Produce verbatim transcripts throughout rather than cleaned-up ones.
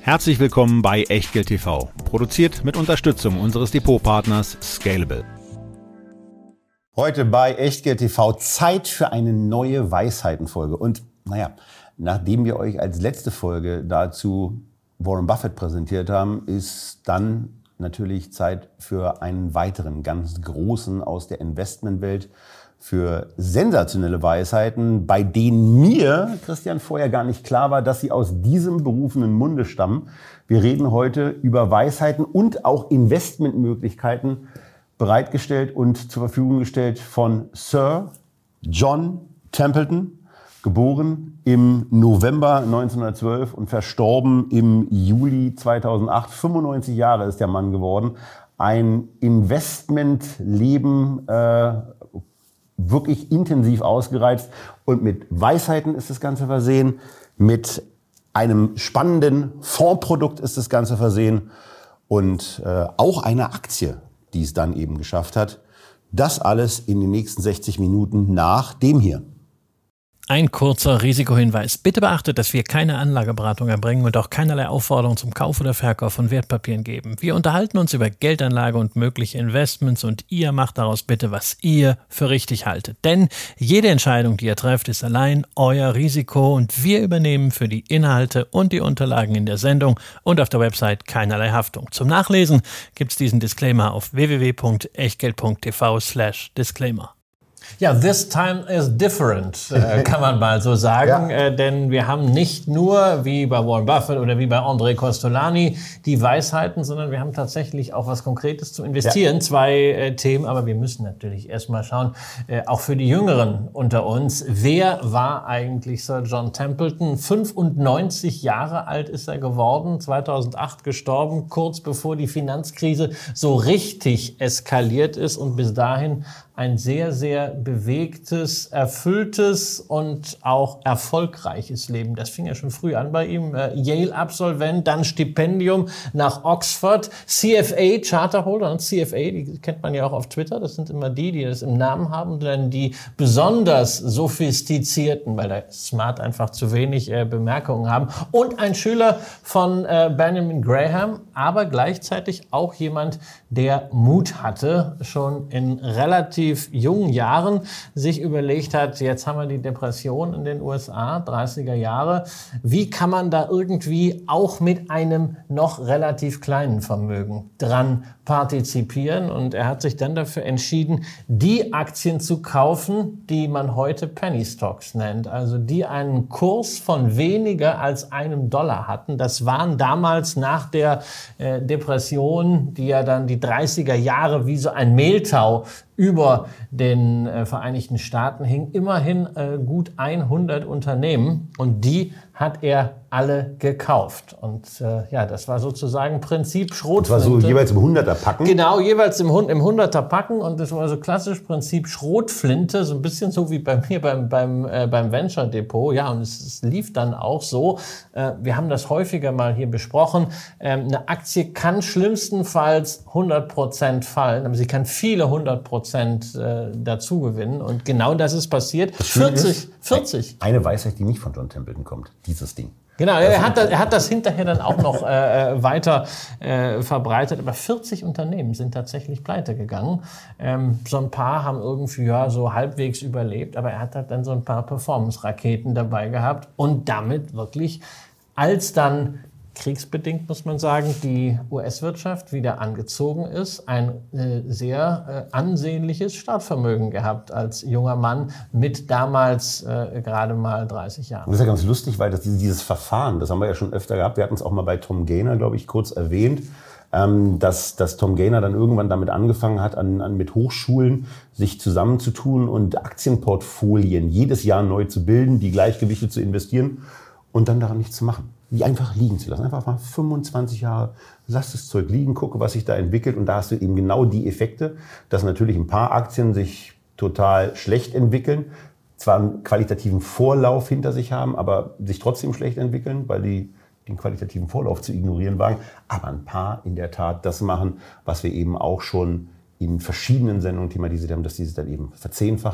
Herzlich willkommen bei Echtgeld T V, produziert mit Unterstützung unseres Depotpartners Scalable. Heute bei Echtgeld T V Zeit für eine neue Weisheitenfolge. Und naja, nachdem wir euch als letzte Folge dazu Warren Buffett präsentiert haben, ist dann natürlich Zeit für einen weiteren ganz großen aus der Investmentwelt, für sensationelle Weisheiten, bei denen mir, Christian, vorher gar nicht klar war, dass sie aus diesem berufenen Munde stammen. Wir reden heute über Weisheiten und auch Investmentmöglichkeiten, bereitgestellt und zur Verfügung gestellt von Sir John Templeton, geboren im November neunzehnhundertzwölf und verstorben im Juli zweitausendacht. fünfundneunzig Jahre ist der Mann geworden. Ein Investmentleben, äh, wirklich intensiv ausgereizt, und mit Weisheiten ist das Ganze versehen, mit einem spannenden Fondsprodukt ist das Ganze versehen und äh, auch eine Aktie, die es dann eben geschafft hat. Das alles in den nächsten sechzig Minuten nach dem hier. Ein kurzer Risikohinweis. Bitte beachtet, dass wir keine Anlageberatung erbringen und auch keinerlei Aufforderung zum Kauf oder Verkauf von Wertpapieren geben. Wir unterhalten uns über Geldanlage und mögliche Investments und ihr macht daraus bitte, was ihr für richtig haltet. Denn jede Entscheidung, die ihr trefft, ist allein euer Risiko und wir übernehmen für die Inhalte und die Unterlagen in der Sendung und auf der Website keinerlei Haftung. Zum Nachlesen gibt's diesen Disclaimer auf w w w punkt echtgeld punkt t v slash disclaimer. Ja, this time is different, äh, kann man mal so sagen, ja. äh, denn wir haben nicht nur, wie bei Warren Buffett oder wie bei André Kostolany, die Weisheiten, sondern wir haben tatsächlich auch was Konkretes zum Investieren, ja. zwei äh, Themen, aber wir müssen natürlich erstmal schauen, äh, auch für die Jüngeren unter uns, wer war eigentlich Sir John Templeton? fünfundneunzig Jahre alt ist er geworden, zweitausendacht gestorben, kurz bevor die Finanzkrise so richtig eskaliert ist, und bis dahin ein sehr, sehr bewegtes, erfülltes und auch erfolgreiches Leben. Das fing ja schon früh an bei ihm. Äh, Yale-Absolvent, dann Stipendium nach Oxford, C F A, Charterholder, und C F A, die kennt man ja auch auf Twitter, das sind immer die, die das im Namen haben, dann die besonders sophistizierten, weil da Smart einfach zu wenig äh, Bemerkungen haben, und ein Schüler von äh, Benjamin Graham, aber gleichzeitig auch jemand, der Mut hatte, schon in relativ jungen Jahren sich überlegt hat, jetzt haben wir die Depression in den U S A, dreißiger Jahre, wie kann man da irgendwie auch mit einem noch relativ kleinen Vermögen dran partizipieren, und er hat sich dann dafür entschieden, die Aktien zu kaufen, die man heute Penny Stocks nennt, also die einen Kurs von weniger als einem Dollar hatten. Das waren damals nach der äh, Depression, die ja dann die dreißiger Jahre wie so ein Mehltau über den äh, Vereinigten Staaten hing, immerhin äh, gut hundert Unternehmen, und die hat er alle gekauft. Und äh, ja, das war sozusagen Prinzip Schrotflinte. Das war so jeweils im hunderter Packen? Genau, jeweils im, im hunderter Packen, und das war so klassisch Prinzip Schrotflinte, so ein bisschen so wie bei mir beim, beim, äh, beim Venture Depot. Ja, und es, es lief dann auch so. Äh, wir haben das häufiger mal hier besprochen. Ähm, eine Aktie kann schlimmstenfalls hundert Prozent fallen, aber sie kann viele hundert Prozent äh, dazu gewinnen, und genau das ist passiert. Das vierzig, ist, vierzig. Eine Weisheit, die nicht von John Templeton kommt, dieses Ding. Genau, er hat, das, er hat das hinterher dann auch noch äh, weiter äh, verbreitet, aber vierzig Unternehmen sind tatsächlich pleite gegangen. Ähm, so ein paar haben irgendwie ja so halbwegs überlebt, aber er hat halt dann so ein paar Performance-Raketen dabei gehabt und damit wirklich, als dann kriegsbedingt, muss man sagen, die U S-Wirtschaft wieder angezogen ist, ein äh, sehr äh, ansehnliches Startvermögen gehabt als junger Mann mit damals äh, gerade mal dreißig Jahren. Und das ist ja ganz lustig, weil das, dieses Verfahren, das haben wir ja schon öfter gehabt, wir hatten es auch mal bei Tom Gaynor, glaube ich, kurz erwähnt, ähm, dass, dass Tom Gaynor dann irgendwann damit angefangen hat, an, an mit Hochschulen sich zusammenzutun und Aktienportfolien jedes Jahr neu zu bilden, die Gleichgewichte zu investieren und dann daran nichts zu machen. Die einfach liegen zu lassen. Einfach mal fünfundzwanzig Jahre, lass das Zeug liegen, gucke, was sich da entwickelt. Und da hast du eben genau die Effekte, dass natürlich ein paar Aktien sich total schlecht entwickeln, zwar einen qualitativen Vorlauf hinter sich haben, aber sich trotzdem schlecht entwickeln, weil die den qualitativen Vorlauf zu ignorieren wagen. Aber ein paar in der Tat das machen, was wir eben auch schon in verschiedenen Sendungen thematisiert haben, dass die sich dann eben verzehnfachen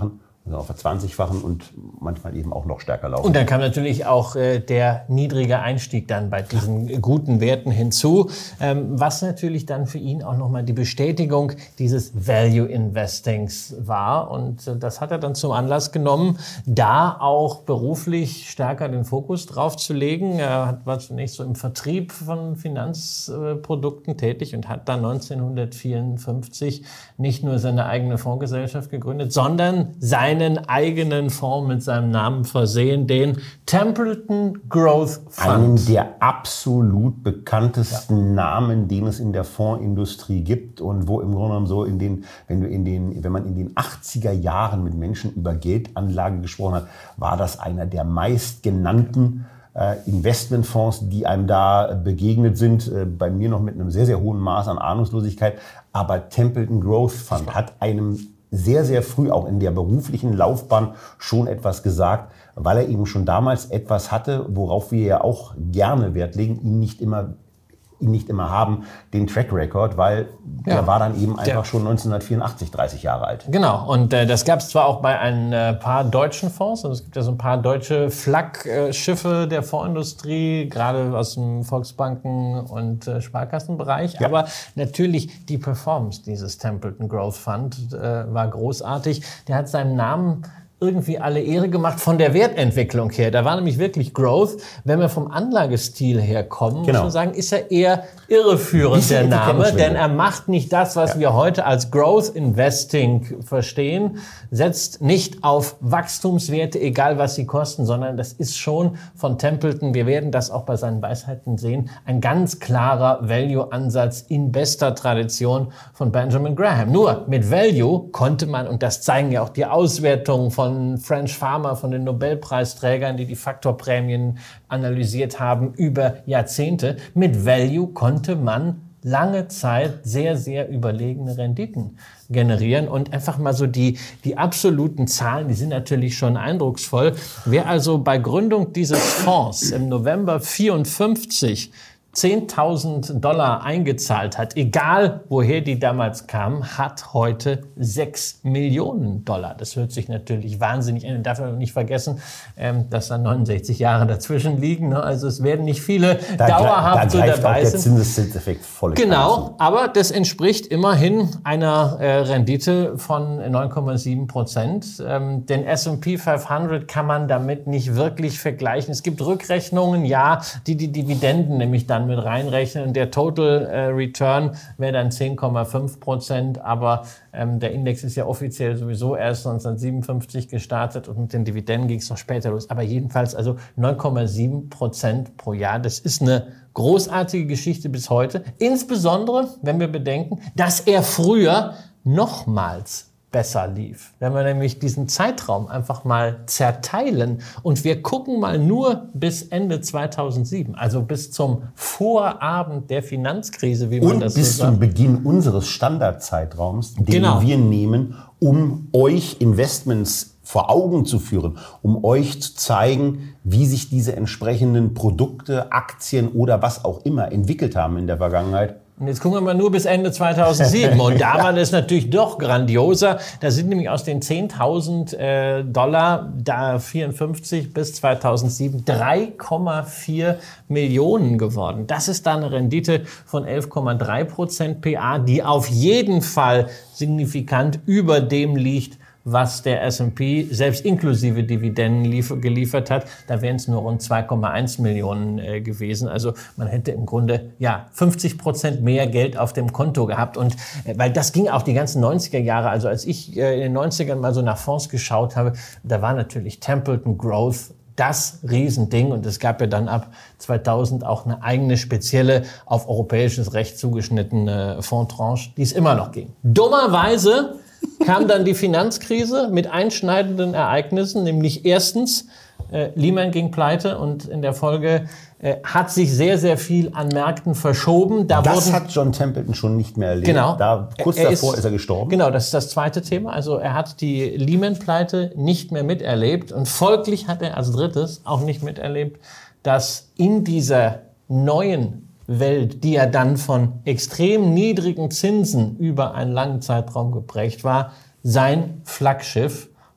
also verzwanzigfachen und manchmal eben auch noch stärker laufen. Und dann kam natürlich auch äh, der niedrige Einstieg dann bei diesen ja. guten Werten hinzu, ähm, was natürlich dann für ihn auch nochmal die Bestätigung dieses Value Investings war. Und äh, das hat er dann zum Anlass genommen, da auch beruflich stärker den Fokus drauf zu legen. Er war zunächst so im Vertrieb von Finanzprodukten tätig und hat dann neunzehnhundertvierundfünfzig nicht nur seine eigene Fondsgesellschaft gegründet, sondern seinen eigenen Fonds mit seinem Namen versehen, den Templeton Growth Fund. Einen der absolut bekanntesten ja. Namen, den es in der Fondsindustrie gibt und wo im Grunde genommen so in den, wenn du in den, wenn man in den achtziger Jahren mit Menschen über Geldanlage gesprochen hat, war das einer der meistgenannten äh, Investmentfonds, die einem da begegnet sind. Äh, bei mir noch mit einem sehr, sehr hohen Maß an Ahnungslosigkeit. Aber Templeton Growth Fund hat einem sehr, sehr früh auch in der beruflichen Laufbahn schon etwas gesagt, weil er eben schon damals etwas hatte, worauf wir ja auch gerne Wert legen, ihn nicht immer, ihn nicht immer haben, den Track Record, weil ja. der war dann eben einfach der, schon neunzehnhundertvierundachtzig, dreißig Jahre alt. Genau, und äh, das gab es zwar auch bei ein äh, paar deutschen Fonds, also es gibt ja so ein paar deutsche Flaggschiffe der Fondsindustrie, gerade aus dem Volksbanken- und äh, Sparkassenbereich, ja. aber natürlich die Performance dieses Templeton Growth Fund äh, war großartig. Der hat seinen Namen irgendwie alle Ehre gemacht von der Wertentwicklung her. Da war nämlich wirklich Growth. Wenn wir vom Anlagestil her kommen, genau. muss man sagen, ist er eher irreführend, der Name, denn er macht nicht das, was ja. wir heute als Growth Investing verstehen, setzt nicht auf Wachstumswerte, egal was sie kosten, sondern das ist schon von Templeton, wir werden das auch bei seinen Weisheiten sehen, ein ganz klarer Value-Ansatz in bester Tradition von Benjamin Graham. Nur mit Value konnte man, und das zeigen ja auch die Auswertungen von von French Pharma, von den Nobelpreisträgern, die die Faktorprämien analysiert haben über Jahrzehnte. Mit Value konnte man lange Zeit sehr, sehr überlegene Renditen generieren und einfach mal so die, die absoluten Zahlen, die sind natürlich schon eindrucksvoll. Wer also bei Gründung dieses Fonds im November vierundfünfzig zehntausend Dollar eingezahlt hat, egal woher die damals kamen, hat heute sechs Millionen Dollar. Das hört sich natürlich wahnsinnig an. Man darf nicht vergessen, dass da neunundsechzig Jahre dazwischen liegen. Also es werden nicht viele da dauerhaft so dabei sind. Da greift auch der Zinseszinseffekt voll. Genau, aber das entspricht immerhin einer Rendite von neun Komma sieben Prozent. Den S und P fünfhundert kann man damit nicht wirklich vergleichen. Es gibt Rückrechnungen, ja, die die Dividenden nämlich dann mit reinrechnen. Und der Total äh, Return wäre dann zehn Komma fünf Prozent. Aber ähm, der Index ist ja offiziell sowieso erst neunzehnhundertsiebenundfünfzig gestartet und mit den Dividenden ging es noch später los. Aber jedenfalls also neun Komma sieben Prozent pro Jahr. Das ist eine großartige Geschichte bis heute. Insbesondere, wenn wir bedenken, dass er früher nochmals besser lief. Wenn wir nämlich diesen Zeitraum einfach mal zerteilen und wir gucken mal nur bis Ende zweitausendsieben, also bis zum Vorabend der Finanzkrise, wie man und das so bis sagt. zum Beginn unseres Standardzeitraums, den genau. wir nehmen, um euch Investments vor Augen zu führen, um euch zu zeigen, wie sich diese entsprechenden Produkte, Aktien oder was auch immer entwickelt haben in der Vergangenheit. Und jetzt gucken wir mal nur bis Ende zweitausendsieben. Und da war das natürlich doch grandioser. Da sind nämlich aus den zehntausend äh, Dollar, da vierundfünfzig bis zweitausendsieben, drei Komma vier Millionen geworden. Das ist dann eine Rendite von elf Komma drei Prozent P A, die auf jeden Fall signifikant über dem liegt, was der S und P selbst inklusive Dividenden lief- geliefert hat. Da wären es nur rund zwei Komma eins Millionen äh, gewesen. Also man hätte im Grunde ja fünfzig Prozent mehr Geld auf dem Konto gehabt. Und äh, weil das ging auch die ganzen neunziger Jahre. Also als ich äh, in den neunzigern mal so nach Fonds geschaut habe, da war natürlich Templeton Growth das Riesending. Und es gab ja dann ab zweitausend auch eine eigene spezielle auf europäisches Recht zugeschnittene Fondstranche, die es immer noch ging. Dummerweise kam dann die Finanzkrise mit einschneidenden Ereignissen, nämlich erstens, äh, Lehman ging pleite und in der Folge äh, hat sich sehr, sehr viel an Märkten verschoben. Da das wurden, hat John Templeton schon nicht mehr erlebt. Genau. Da, kurz er davor ist, ist er gestorben. Genau, das ist das zweite Thema. Also er hat die Lehman-Pleite nicht mehr miterlebt und folglich hat er als drittes auch nicht miterlebt, dass in dieser neuen Welt, die ja dann von extrem niedrigen Zinsen über einen langen Zeitraum geprägt war, sein Flaggschiff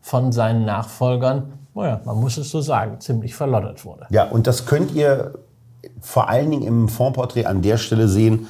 von seinen Nachfolgern, naja, man muss es so sagen, ziemlich verloddert wurde. Ja, und das könnt ihr vor allen Dingen im Fondsporträt an der Stelle sehen.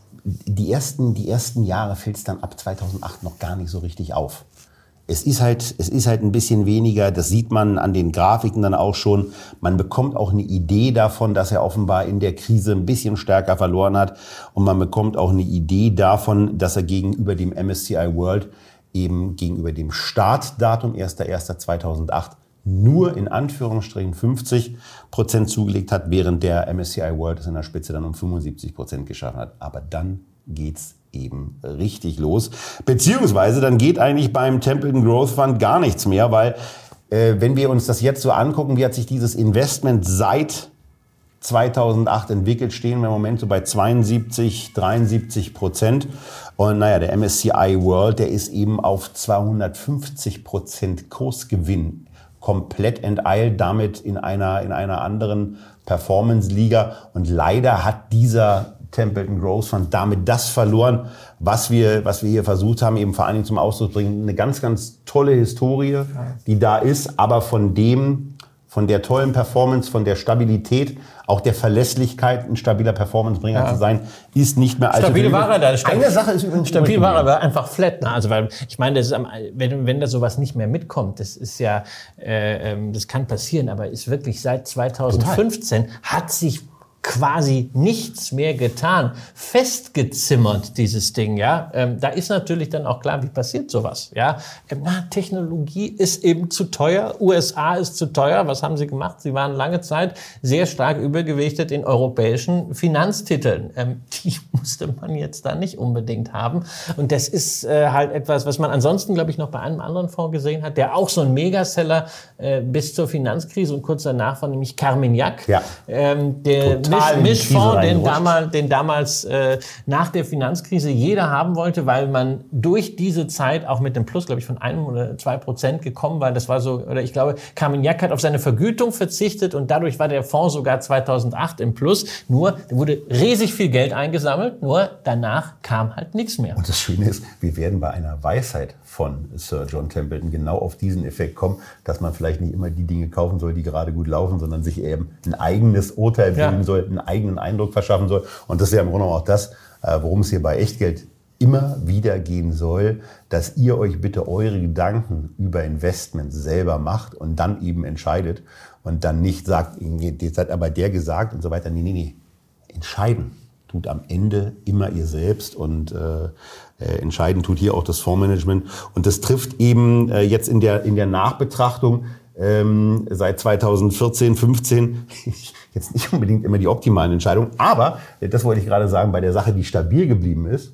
Die ersten, die ersten Jahre fällt es dann ab zweitausendacht noch gar nicht so richtig auf. Es ist halt, es ist halt ein bisschen weniger, das sieht man an den Grafiken dann auch schon. Man bekommt auch eine Idee davon, dass er offenbar in der Krise ein bisschen stärker verloren hat. Und man bekommt auch eine Idee davon, dass er gegenüber dem M S C I World eben gegenüber dem Startdatum erster erster zweitausendacht nur in Anführungsstrichen fünfzig Prozent zugelegt hat, während der M S C I World es in der Spitze dann um fünfundsiebzig Prozent geschaffen hat. Aber dann geht's eben richtig los. Beziehungsweise dann geht eigentlich beim Templeton Growth Fund gar nichts mehr, weil äh, wenn wir uns das jetzt so angucken, wie hat sich dieses Investment seit zweitausendacht entwickelt, stehen wir im Moment so bei zweiundsiebzig, dreiundsiebzig Prozent. Und naja, der M S C I World, der ist eben auf zweihundertfünfzig Prozent Kursgewinn komplett enteilt, damit in einer, in einer anderen Performance-Liga. Und leider hat dieser Templeton Growth Fund damit das verloren, was wir, was wir hier versucht haben, eben vor allen Dingen zum Ausdruck zu bringen. Eine ganz, ganz tolle Historie, die da ist, aber von dem, von der tollen Performance, von der Stabilität, auch der Verlässlichkeit, ein stabiler Performancebringer ja. zu sein, ist nicht mehr allzu stabil war er da. Stabil, Eine Sache ist übrigens stabil war er, aber einfach flat. Ne? Also weil ich meine, das ist am, wenn wenn da sowas nicht mehr mitkommt, das ist ja, äh, das kann passieren, aber ist wirklich seit zweitausendfünfzehn Total. Hat sich quasi nichts mehr getan, festgezimmert, dieses Ding, ja. Ähm, da ist natürlich dann auch klar, wie passiert sowas, ja. Ähm, na, Technologie ist eben zu teuer, U S A ist zu teuer. Was haben sie gemacht? Sie waren lange Zeit sehr stark übergewichtet in europäischen Finanztiteln. Ähm, die musste man jetzt da nicht unbedingt haben. Und das ist äh, halt etwas, was man ansonsten, glaube ich, noch bei einem anderen Fonds gesehen hat, der auch so ein Megaseller äh, bis zur Finanzkrise und kurz danach war, nämlich Carmignac. Ja. Ähm, der Mischfonds, den damals, den damals äh, nach der Finanzkrise jeder haben wollte, weil man durch diese Zeit auch mit dem Plus, glaube ich, von einem oder zwei Prozent gekommen war. Das war so, oder ich glaube, Carmignac hat auf seine Vergütung verzichtet und dadurch war der Fonds sogar zweitausendacht im Plus. Nur, da wurde riesig viel Geld eingesammelt, nur danach kam halt nichts mehr. Und das Schöne ist, wir werden bei einer Weisheit von Sir John Templeton genau auf diesen Effekt kommen, dass man vielleicht nicht immer die Dinge kaufen soll, die gerade gut laufen, sondern sich eben ein eigenes Urteil bilden ja. soll, einen eigenen Eindruck verschaffen soll. Und das ist ja im Grunde auch das, worum es hier bei Echtgeld immer wieder gehen soll, dass ihr euch bitte eure Gedanken über Investments selber macht und dann eben entscheidet und dann nicht sagt, jetzt hat aber der gesagt und so weiter. Nee, nee, nee. Entscheiden tut am Ende immer ihr selbst und äh, äh, entscheiden tut hier auch das Fondsmanagement. Und das trifft eben äh, jetzt in der, in der Nachbetrachtung ähm, seit zweitausendvierzehn, fünfzehn jetzt nicht unbedingt immer die optimalen Entscheidungen. Aber, das wollte ich gerade sagen, bei der Sache, die stabil geblieben ist,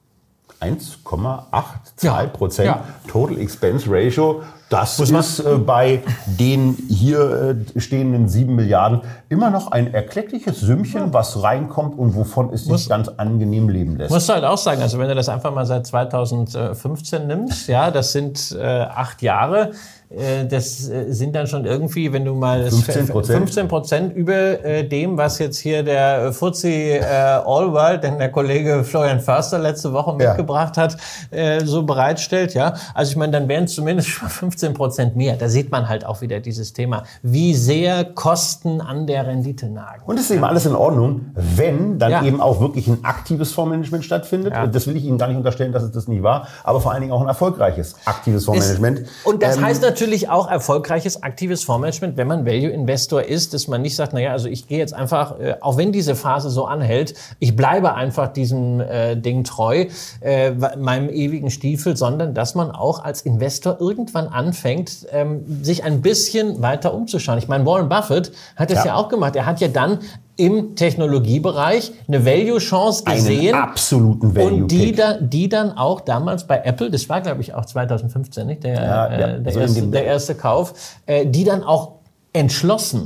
eins Komma zwei Prozent ja, ja. Total Expense Ratio. Das Muss ist äh, bei den hier äh, stehenden sieben Milliarden immer noch ein erkleckliches Sümmchen, ja. was reinkommt und wovon es sich ganz angenehm leben lässt. Musst du halt auch sagen, also wenn du das einfach mal seit zweitausendfünfzehn nimmst, ja, das sind äh, acht Jahre. Das sind dann schon irgendwie, wenn du mal fünfzehn Prozent über äh, dem, was jetzt hier der F T S E äh, All World, den der Kollege Florian Förster letzte Woche ja. mitgebracht hat, äh, so bereitstellt. Ja, also ich meine, dann wären es zumindest schon fünfzehn Prozent mehr. Da sieht man halt auch wieder dieses Thema, wie sehr Kosten an der Rendite nagen. Und es ist eben alles in Ordnung, wenn dann ja. eben auch wirklich ein aktives Fondsmanagement stattfindet. Ja. Das will ich Ihnen gar nicht unterstellen, dass es das nicht war, aber vor allen Dingen auch ein erfolgreiches aktives Fondsmanagement. Ist, und das ähm, heißt natürlich, Natürlich auch erfolgreiches, aktives Fondsmanagement, wenn man Value-Investor ist, dass man nicht sagt, naja, also ich gehe jetzt einfach, äh, auch wenn diese Phase so anhält, ich bleibe einfach diesem äh, Ding treu, äh, meinem ewigen Stiefel, sondern dass man auch als Investor irgendwann anfängt, ähm, sich ein bisschen weiter umzuschauen. Ich meine, Warren Buffett hat das ja. ja auch gemacht. Er hat ja dann im Technologiebereich eine Value-Chance gesehen. Einen absoluten Value-Pick. Und die, da, die dann auch damals bei Apple, das war glaube ich auch zweitausendfünfzehn, nicht? Der, ja, ja. Äh, der, also erste, der erste Kauf, äh, die dann auch entschlossen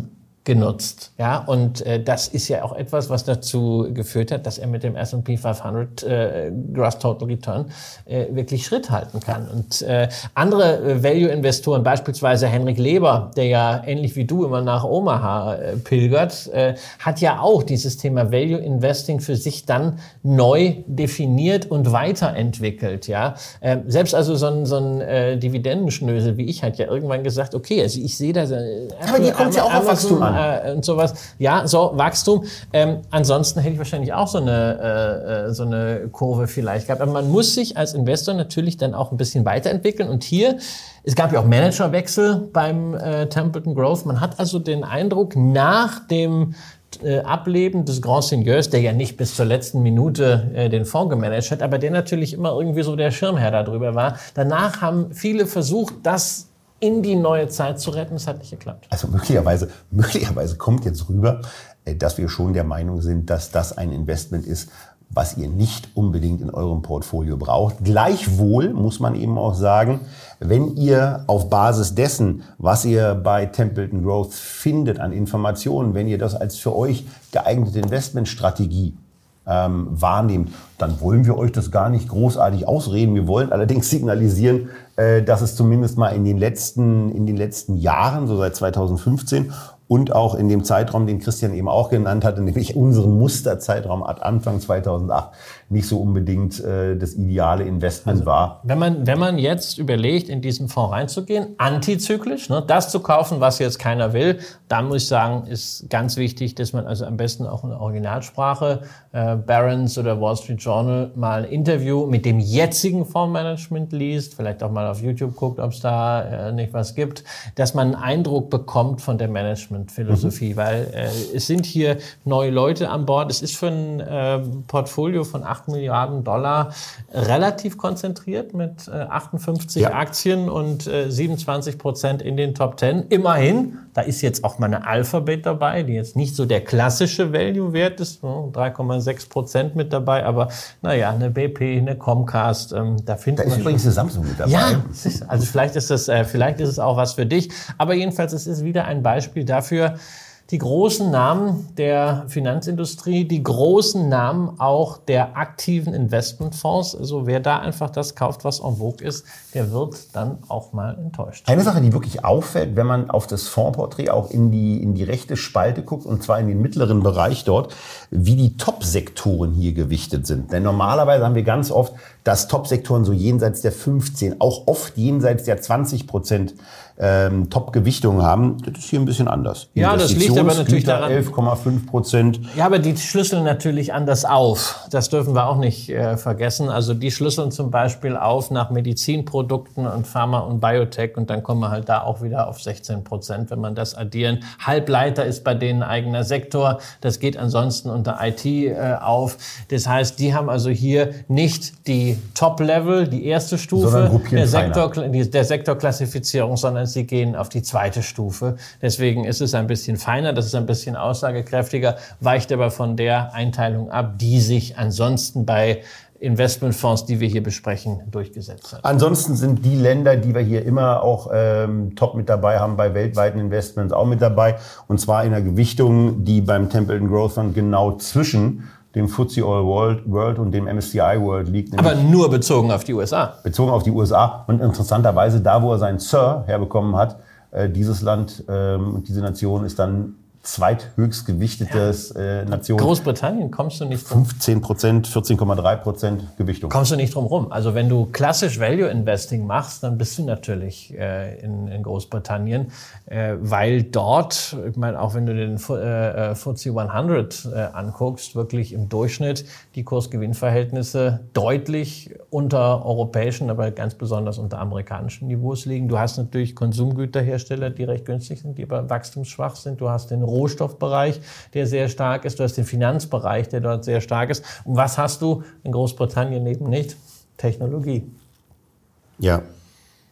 genutzt. Ja, und äh, das ist ja auch etwas, was dazu geführt hat, dass er mit dem S and P fünfhundert äh, Gross Total Return äh, wirklich Schritt halten kann. Und äh, andere äh, Value-Investoren, beispielsweise Henrik Leber, der ja ähnlich wie du immer nach Omaha äh, pilgert, äh, hat ja auch dieses Thema Value Investing für sich dann neu definiert und weiterentwickelt. Ja, äh, selbst also so ein, so ein äh, Dividendenschnösel wie ich hat ja irgendwann gesagt, okay, also ich sehe da äh, aber hier kommt ja auch auf Wachstum an. Und sowas. Ja, so Wachstum. Ähm, ansonsten hätte ich wahrscheinlich auch so eine, äh, so eine Kurve vielleicht gehabt. Aber man muss sich als Investor natürlich dann auch ein bisschen weiterentwickeln. Und hier, es gab ja auch Managerwechsel beim äh, Templeton Growth. Man hat also den Eindruck, nach dem äh, Ableben des Grand Seigneurs, der ja nicht bis zur letzten Minute äh, den Fonds gemanagt hat, aber der natürlich immer irgendwie so der Schirmherr darüber war. Danach haben viele versucht, das in die neue Zeit zu retten. Das hat nicht geklappt. Also möglicherweise, möglicherweise kommt jetzt rüber, dass wir schon der Meinung sind, dass das ein Investment ist, was ihr nicht unbedingt in eurem Portfolio braucht. Gleichwohl muss man eben auch sagen, wenn ihr auf Basis dessen, was ihr bei Templeton Growth findet an Informationen, wenn ihr das als für euch geeignete Investmentstrategie ähm, wahrnehmt, dann wollen wir euch das gar nicht großartig ausreden. Wir wollen allerdings signalisieren, äh, dass es zumindest mal in den letzten, in den letzten Jahren, so seit zweitausendfünfzehn und auch in dem Zeitraum, den Christian eben auch genannt hatte, nämlich unseren Musterzeitraum ab Anfang zweitausendacht, nicht so unbedingt äh, das ideale Investment also, war. Wenn man, wenn man jetzt überlegt, in diesen Fonds reinzugehen, antizyklisch, ne, das zu kaufen, was jetzt keiner will, dann muss ich sagen, ist ganz wichtig, dass man also am besten auch in der Originalsprache, äh, Barron's oder Wall Street Journal, mal ein Interview mit dem jetzigen Fondsmanagement liest, vielleicht auch mal auf YouTube guckt, ob es da äh, nicht was gibt, dass man einen Eindruck bekommt von der Managementphilosophie, mhm. weil äh, es sind hier neue Leute an Bord. Es ist für ein äh, Portfolio von acht Milliarden Dollar relativ konzentriert mit äh, achtundfünfzig ja. Aktien und äh, siebenundzwanzig Prozent in den Top zehn. Immerhin, da ist jetzt auch mal eine Alphabet dabei, die jetzt nicht so der klassische Value-Wert ist, no, drei Komma sechs Prozent mit dabei, aber naja, eine B P, eine Comcast, ähm, da findet man... Da ist übrigens eine Samsung mit dabei. Ja, also vielleicht ist, das, äh, vielleicht ist es auch was für dich, aber jedenfalls, es ist wieder ein Beispiel dafür, die großen Namen der Finanzindustrie, die großen Namen auch der aktiven Investmentfonds. Also wer da einfach das kauft, was en vogue ist, der wird dann auch mal enttäuscht. Eine Sache, die wirklich auffällt, wenn man auf das Fondsporträt auch in die, in die rechte Spalte guckt, und zwar in den mittleren Bereich dort, wie die Top-Sektoren hier gewichtet sind. Denn normalerweise haben wir ganz oft, dass Top-Sektoren so jenseits der fünfzehn, auch oft jenseits der zwanzig Prozent ähm, Top-Gewichtung haben. Das ist hier ein bisschen anders. Ja, das liegt aber natürlich daran. elf Komma fünf Prozent. Ja, aber die schlüsseln natürlich anders auf. Das dürfen wir auch nicht äh, vergessen. Also die schlüsseln zum Beispiel auf nach Medizinprodukten und Pharma und Biotech, und dann kommen wir halt da auch wieder auf sechzehn Prozent, wenn man das addieren. Halbleiter ist bei denen eigener Sektor. Das geht ansonsten unter I T äh, auf. Das heißt, die haben also hier nicht die Top-Level, die erste Stufe der, Sektor, der Sektorklassifizierung, sondern sie gehen auf die zweite Stufe. Deswegen ist es ein bisschen feiner, das ist ein bisschen aussagekräftiger, weicht aber von der Einteilung ab, die sich ansonsten bei Investmentfonds, die wir hier besprechen, durchgesetzt hat. Ansonsten sind die Länder, die wir hier immer auch ähm, top mit dabei haben, bei weltweiten Investments auch mit dabei. Und zwar in einer Gewichtung, die beim Templeton Growth Fund genau zwischen dem F T S E All World, World und dem M S C I World liegt. Aber nur bezogen auf die U S A. Bezogen auf die U S A. Und interessanterweise, da wo er seinen Sir herbekommen hat, äh, dieses Land ähm, und diese Nation ist dann zweithöchst gewichtetes äh, Nation. Großbritannien kommst du nicht drum. fünfzehn Prozent, vierzehn Komma drei Prozent Gewichtung. Kommst du nicht drum rum. Also wenn du klassisch Value Investing machst, dann bist du natürlich äh, in, in Großbritannien, äh, weil dort, ich meine, auch wenn du den äh, F T S E hundert äh, anguckst, wirklich im Durchschnitt die Kurs-Gewinn-Verhältnisse deutlich unter europäischen, aber ganz besonders unter amerikanischen Niveaus liegen. Du hast natürlich Konsumgüterhersteller, die recht günstig sind, die aber wachstumsschwach sind. Du hast den Rohstoffbereich, der sehr stark ist. Du hast den Finanzbereich, der dort sehr stark ist. Und was hast du in Großbritannien eben nicht? Technologie. Ja.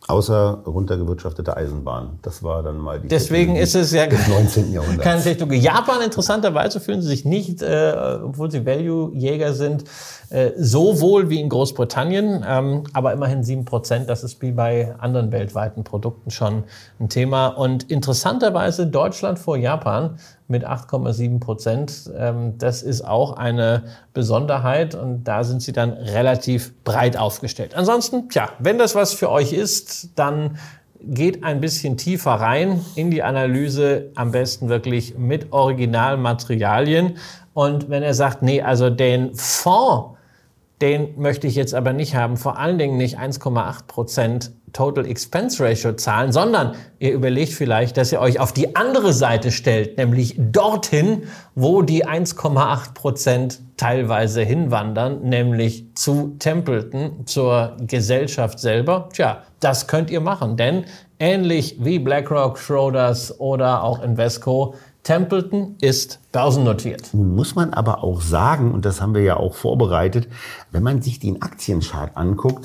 Außer runtergewirtschaftete Eisenbahn. Das war dann mal die Deswegen ist es ja des neunzehnten Jahrhunderts. Keine Technologie. Japan, interessanterweise, fühlen sie sich nicht, äh, obwohl sie Value-Jäger sind, äh, so wohl wie in Großbritannien. Ähm, aber immerhin sieben Prozent, das ist wie bei anderen weltweiten Produkten schon ein Thema. Und interessanterweise Deutschland vor Japan mit acht Komma sieben Prozent. Ähm, das ist auch eine Besonderheit und da sind sie dann relativ breit aufgestellt. Ansonsten, tja, wenn das was für euch ist, dann geht ein bisschen tiefer rein in die Analyse, am besten wirklich mit Originalmaterialien. Und wenn er sagt, nee, also den Fonds, den möchte ich jetzt aber nicht haben, vor allen Dingen nicht eins Komma acht Prozent Total Expense Ratio zahlen, sondern ihr überlegt vielleicht, dass ihr euch auf die andere Seite stellt, nämlich dorthin, wo die eins Komma acht Prozent teilweise hinwandern, nämlich zu Templeton, zur Gesellschaft selber. Tja, das könnt ihr machen, denn ähnlich wie BlackRock, Schroders oder auch Invesco, Templeton ist börsennotiert. Nun muss man aber auch sagen, und das haben wir ja auch vorbereitet, wenn man sich den Aktienchart anguckt,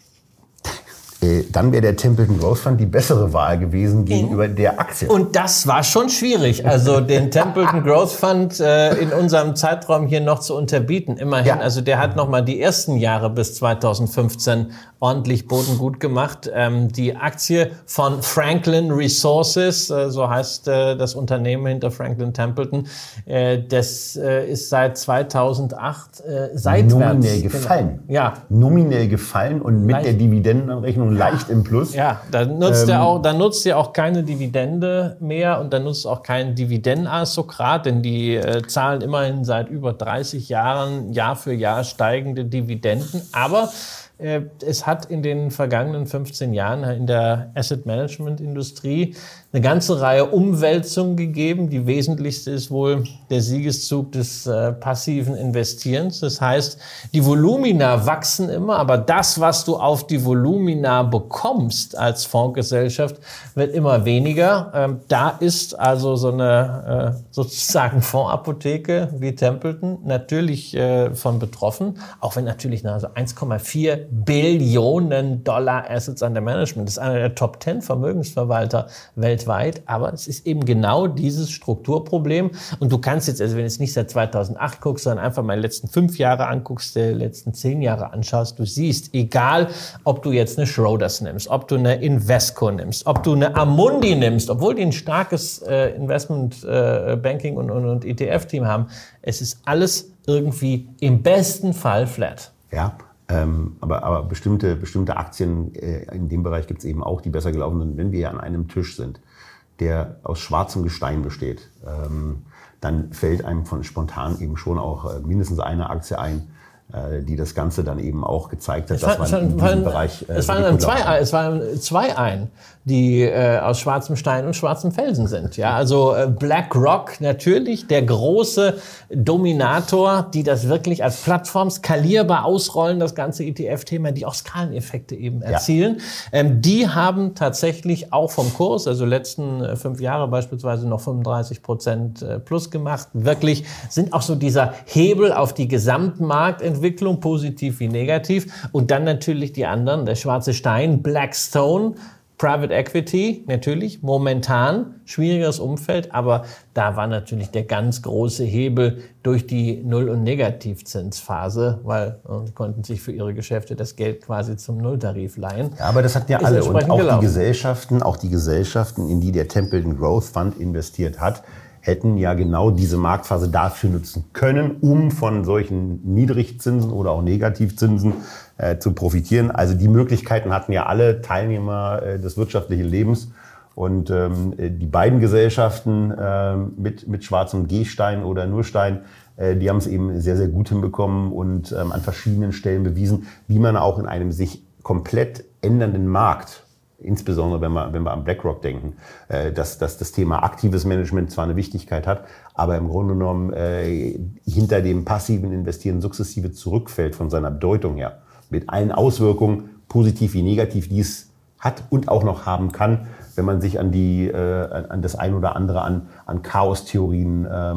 dann wäre der Templeton Growth Fund die bessere Wahl gewesen gegenüber der Aktie. Und das war schon schwierig, also den Templeton Growth Fund äh, in unserem Zeitraum hier noch zu unterbieten. Immerhin, ja. Also der hat noch mal die ersten Jahre bis zweitausendfünfzehn ordentlich Boden gut gemacht. Ähm, die Aktie von Franklin Resources, äh, so heißt äh, das Unternehmen hinter Franklin Templeton, äh, das äh, ist seit zweitausendacht äh, seitwärts. Nominell gefallen. Genau. Ja. Nominell gefallen und mit leicht. Der Dividendenrechnung leicht im Plus. Ja, da nutzt ähm, er auch, da nutzt er auch keine Dividende mehr und da nutzt auch kein Dividendenaristokrat, denn die äh, zahlen immerhin seit über dreißig Jahren Jahr für Jahr steigende Dividenden. Aber äh, es hat in den vergangenen fünfzehn Jahren in der Asset-Management-Industrie eine ganze Reihe Umwälzungen gegeben. Die wesentlichste ist wohl der Siegeszug des äh, passiven Investierens. Das heißt, die Volumina wachsen immer, aber das, was du auf die Volumina bekommst als Fondsgesellschaft, wird immer weniger. Ähm, da ist also so eine äh, sozusagen Fondsapotheke wie Templeton natürlich äh, von betroffen, auch wenn natürlich na, also eins Komma vier Billionen Dollar Assets under Management, das ist einer der Top zehn Vermögensverwalter weltweit. Aber es ist eben genau dieses Strukturproblem. Und du kannst jetzt, also wenn du jetzt nicht seit zweitausendacht guckst, sondern einfach mal die letzten fünf Jahre anguckst, die letzten zehn Jahre anschaust, du siehst, egal, ob du jetzt eine Schroders nimmst, ob du eine Invesco nimmst, ob du eine Amundi nimmst, obwohl die ein starkes äh, Investment äh, Banking und, und, und E T F-Team haben, es ist alles irgendwie im besten Fall flat. Ja. Ähm, aber, aber bestimmte, bestimmte Aktien äh, in dem Bereich gibt es eben auch, die besser gelaufen sind. Wenn wir hier an einem Tisch sind, der aus schwarzem Gestein besteht, ähm, dann fällt einem von spontan eben schon auch äh, mindestens eine Aktie ein, äh, die das Ganze dann eben auch gezeigt hat, dass man in diesem Bereich... Äh, es, waren zwei, es waren zwei ein, die äh, aus schwarzem Stein und schwarzem Felsen sind. Ja, also äh, BlackRock natürlich, der große Dominator, die das wirklich als Plattform skalierbar ausrollen, das ganze E T F-Thema, die auch Skaleneffekte eben erzielen. Ja. Ähm, die haben tatsächlich auch vom Kurs, also letzten äh, fünf Jahre beispielsweise noch fünfunddreißig Prozent äh, plus gemacht. Wirklich sind auch so dieser Hebel auf die Gesamtmarktentwicklung, positiv wie negativ. Und dann natürlich die anderen, der schwarze Stein, Blackstone, Private Equity, natürlich, momentan schwieriges Umfeld, aber da war natürlich der ganz große Hebel durch die Null- und Negativzinsphase, weil sie konnten sich für ihre Geschäfte das Geld quasi zum Nulltarif leihen. Ja, aber das hatten ja alle und auch gelaufen. die Gesellschaften, auch die Gesellschaften, in die der Templeton Growth Fund investiert hat, hätten ja genau diese Marktphase dafür nutzen können, um von solchen Niedrigzinsen oder auch Negativzinsen äh, zu profitieren. Also die Möglichkeiten hatten ja alle Teilnehmer äh, des wirtschaftlichen Lebens. Und ähm, die beiden Gesellschaften äh, mit, mit schwarzem G-Stein oder Nullstein, äh, die haben es eben sehr, sehr gut hinbekommen und ähm, an verschiedenen Stellen bewiesen, wie man auch in einem sich komplett ändernden Markt, insbesondere wenn wir, wenn wir an BlackRock denken, äh, dass, dass das Thema aktives Management zwar eine Wichtigkeit hat, aber im Grunde genommen äh, hinter dem passiven Investieren sukzessive zurückfällt von seiner Bedeutung her. Mit allen Auswirkungen, positiv wie negativ, die es hat und auch noch haben kann, wenn man sich an die äh, an das ein oder andere an, an Chaostheorien ähm,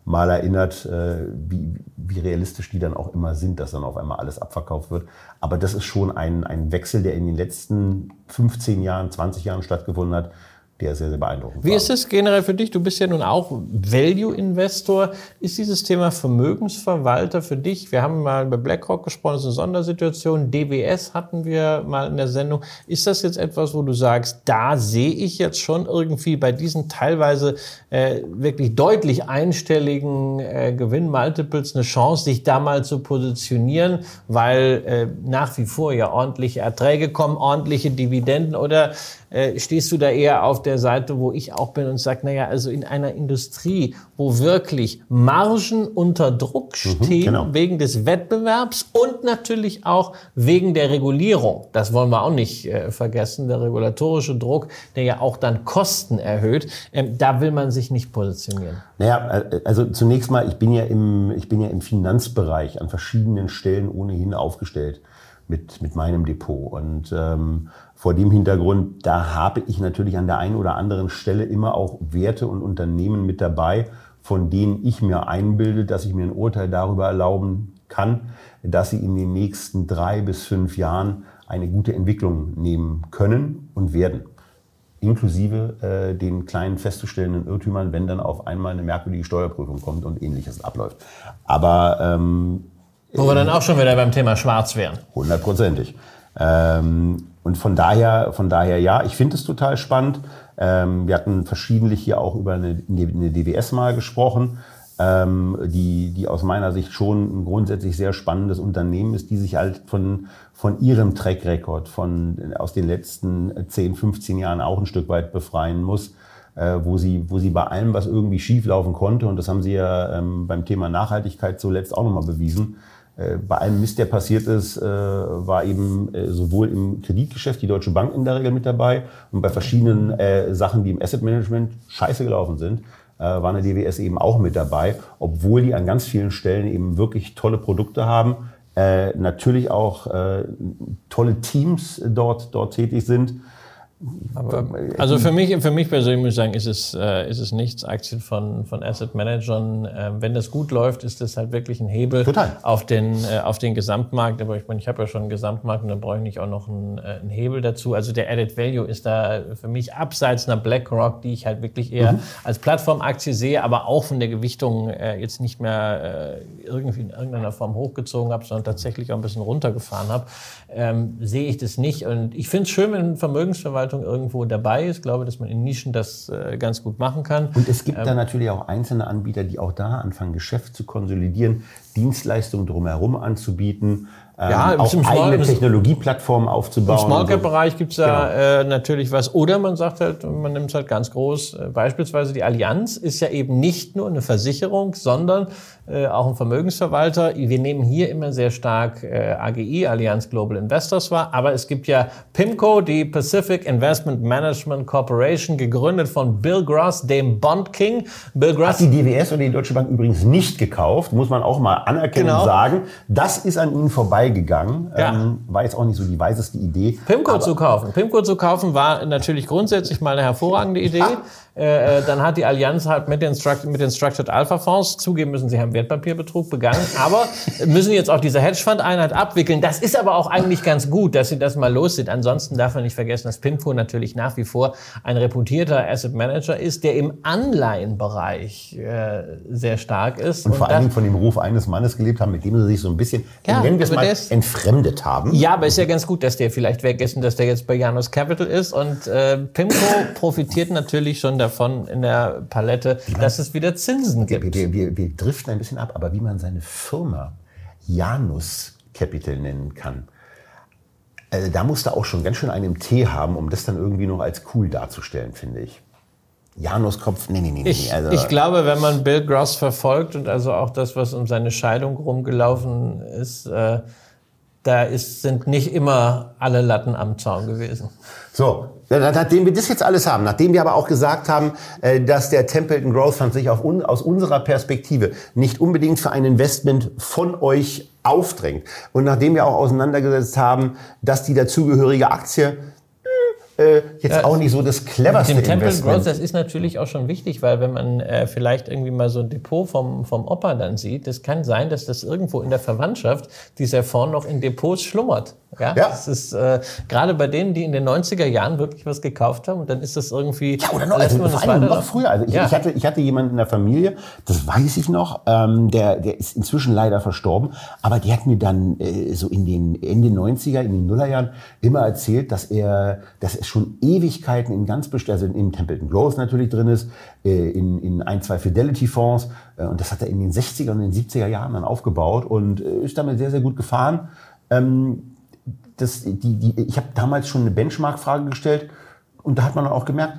mal erinnert, äh, wie, wie realistisch die dann auch immer sind, dass dann auf einmal alles abverkauft wird. Aber das ist schon ein, ein Wechsel, der in den letzten fünfzehn Jahren, zwanzig Jahren stattgefunden hat, der sehr, sehr beeindruckend Wie war. ist es generell für dich? Du bist ja nun auch Value-Investor. Ist dieses Thema Vermögensverwalter für dich? Wir haben mal bei BlackRock gesprochen, das ist eine Sondersituation. D W S hatten wir mal in der Sendung. Ist das jetzt etwas, wo du sagst, da sehe ich jetzt schon irgendwie bei diesen teilweise äh, wirklich deutlich einstelligen äh, Gewinn-Multiples eine Chance, sich da mal zu positionieren, weil äh, nach wie vor ja ordentliche Erträge kommen, ordentliche Dividenden, oder äh, stehst du da eher auf der Seite, wo ich auch bin und sage, naja, also in einer Industrie, wo wirklich Margen unter Druck stehen, mhm, genau. wegen des Wettbewerbs und natürlich auch wegen der Regulierung. Das wollen wir auch nicht äh, vergessen, der regulatorische Druck, der ja auch dann Kosten erhöht. Ähm, da will man sich nicht positionieren. Naja, also zunächst mal, ich bin ja im, ich bin ja im Finanzbereich an verschiedenen Stellen ohnehin aufgestellt mit, mit meinem Depot. Und ähm, vor dem Hintergrund, da habe ich natürlich an der einen oder anderen Stelle immer auch Werte und Unternehmen mit dabei, von denen ich mir einbilde, dass ich mir ein Urteil darüber erlauben kann, dass sie in den nächsten drei bis fünf Jahren eine gute Entwicklung nehmen können und werden. Inklusive äh, den kleinen festzustellenden Irrtümern, wenn dann auf einmal eine merkwürdige Steuerprüfung kommt und Ähnliches abläuft. Aber ähm, wo wir dann auch schon wieder beim Thema Schwarz wären. Hundertprozentig. Ähm, und von daher, von daher ja, ich finde es total spannend. Ähm, wir hatten verschiedentlich hier auch über eine, eine D W S mal gesprochen, ähm, die, die aus meiner Sicht schon ein grundsätzlich sehr spannendes Unternehmen ist, die sich halt von, von ihrem Track Record von, aus den letzten zehn, fünfzehn Jahren auch ein Stück weit befreien muss, äh, wo sie, wo sie bei allem, was irgendwie schief laufen konnte, und das haben sie ja ähm, beim Thema Nachhaltigkeit zuletzt auch nochmal bewiesen, bei allem Mist, der passiert ist, war eben sowohl im Kreditgeschäft die Deutsche Bank in der Regel mit dabei und bei verschiedenen Sachen, die im Asset Management scheiße gelaufen sind, war eine D W S eben auch mit dabei, obwohl die an ganz vielen Stellen eben wirklich tolle Produkte haben, natürlich auch tolle Teams dort, dort tätig sind. Aber also für mich, für mich persönlich muss ich sagen, ist es, äh, ist es nichts. Aktien von, von Asset Managern, äh, wenn das gut läuft, ist das halt wirklich ein Hebel Total. auf den, äh, auf den Gesamtmarkt. Aber ich meine, ich habe ja schon einen Gesamtmarkt und dann brauche ich nicht auch noch einen, äh, einen Hebel dazu. Also der Added Value ist da für mich abseits einer BlackRock, die ich halt wirklich eher mhm. als Plattformaktie sehe, aber auch von der Gewichtung äh, jetzt nicht mehr äh, irgendwie in irgendeiner Form hochgezogen habe, sondern tatsächlich auch ein bisschen runtergefahren habe, ähm, sehe ich das nicht. Und ich finde es schön, wenn Vermögensverwaltung irgendwo dabei ist. Ich glaube, dass man in Nischen das äh, ganz gut machen kann. Und es gibt ähm, da natürlich auch einzelne Anbieter, die auch da anfangen, Geschäft zu konsolidieren, Dienstleistungen drumherum anzubieten, ähm, ja, auch im eigene Small, Technologieplattformen aufzubauen. Im Small-Cap-Bereich gibt es da genau. äh, natürlich was. Oder man sagt halt, man nimmt es halt ganz groß. Äh, beispielsweise die Allianz ist ja eben nicht nur eine Versicherung, sondern äh, auch ein Vermögensverwalter. Wir nehmen hier immer sehr stark äh, A G I, Allianz Global Investors wahr. Aber es gibt ja PIMCO, die Pacific Investment Management Corporation, gegründet von Bill Gross, dem Bond King. Bill Gross hat die D W S oder die Deutsche Bank übrigens nicht gekauft, muss man auch mal anerkennen genau. und sagen. Das ist an ihnen vorbeigegangen. Ja. Ähm, war jetzt auch nicht so die weiseste Idee. PIMCO zu kaufen. PIMCO zu kaufen war natürlich grundsätzlich mal eine hervorragende Idee. Ja. Äh, dann hat die Allianz halt mit den, Struct- mit den Structured Alpha Fonds zugeben müssen, sie haben Wertpapierbetrug begangen, aber müssen jetzt auch diese Hedgefonds-Einheit abwickeln. Das ist aber auch eigentlich ganz gut, dass sie das mal los sind. Ansonsten darf man nicht vergessen, dass PIMCO natürlich nach wie vor ein reputierter Asset Manager ist, der im Anleihenbereich äh, sehr stark ist. Und, und vor allen Dingen von dem Ruf eines Mannes gelebt haben, mit dem sie sich so ein bisschen, ja, nennen wir es mal, entfremdet haben. Ja, aber ist ja ganz gut, dass der vielleicht weg ist und dass der jetzt bei Janus Capital ist. Und äh, PIMCO profitiert natürlich schon davon in der Palette, man, dass es wieder Zinsen gibt. Wir, wir, wir driften ein bisschen ab, aber wie man seine Firma Janus Capital nennen kann, also da musst du auch schon ganz schön einen im Tee haben, um das dann irgendwie noch als cool darzustellen, finde ich. Januskopf, nee, nee, nee. Ich, also ich glaube, wenn man Bill Gross verfolgt und also auch das, was um seine Scheidung rumgelaufen ist, äh, da ist, sind nicht immer alle Latten am Zaun gewesen. So, nachdem wir das jetzt alles haben, nachdem wir aber auch gesagt haben, dass der Templeton Growth Fund sich auf un, aus unserer Perspektive nicht unbedingt für ein Investment von euch aufdrängt und nachdem wir auch auseinandergesetzt haben, dass die dazugehörige Aktie äh, jetzt ja, auch nicht so das cleverste mit dem Temple Investment. Growth, das ist natürlich auch schon wichtig, weil wenn man äh, vielleicht irgendwie mal so ein Depot vom, vom Opa dann sieht, das kann sein, dass das irgendwo in der Verwandtschaft dieser Fonds noch in Depots schlummert. Ja, ja. Das ist äh, gerade bei denen, die in den neunziger Jahren wirklich was gekauft haben und dann ist das irgendwie... Ja, oder noch, also vor allem noch früher. Also ich, ja. ich, hatte, ich hatte jemanden in der Familie, das weiß ich noch, ähm, der, der ist inzwischen leider verstorben, aber die hat mir dann äh, so in den Ende neunziger, in den Nullerjahren immer erzählt, dass er, dass es schon Ewigkeiten in ganz bestimmten, also in Templeton Growth natürlich drin ist, äh, in, in ein, zwei Fidelity-Fonds, äh, und das hat er in den sechziger und in den siebziger Jahren dann aufgebaut und äh, ist damit sehr, sehr gut gefahren. Ähm, Das, die, die, ich habe damals schon eine Benchmark-Frage gestellt und da hat man auch gemerkt,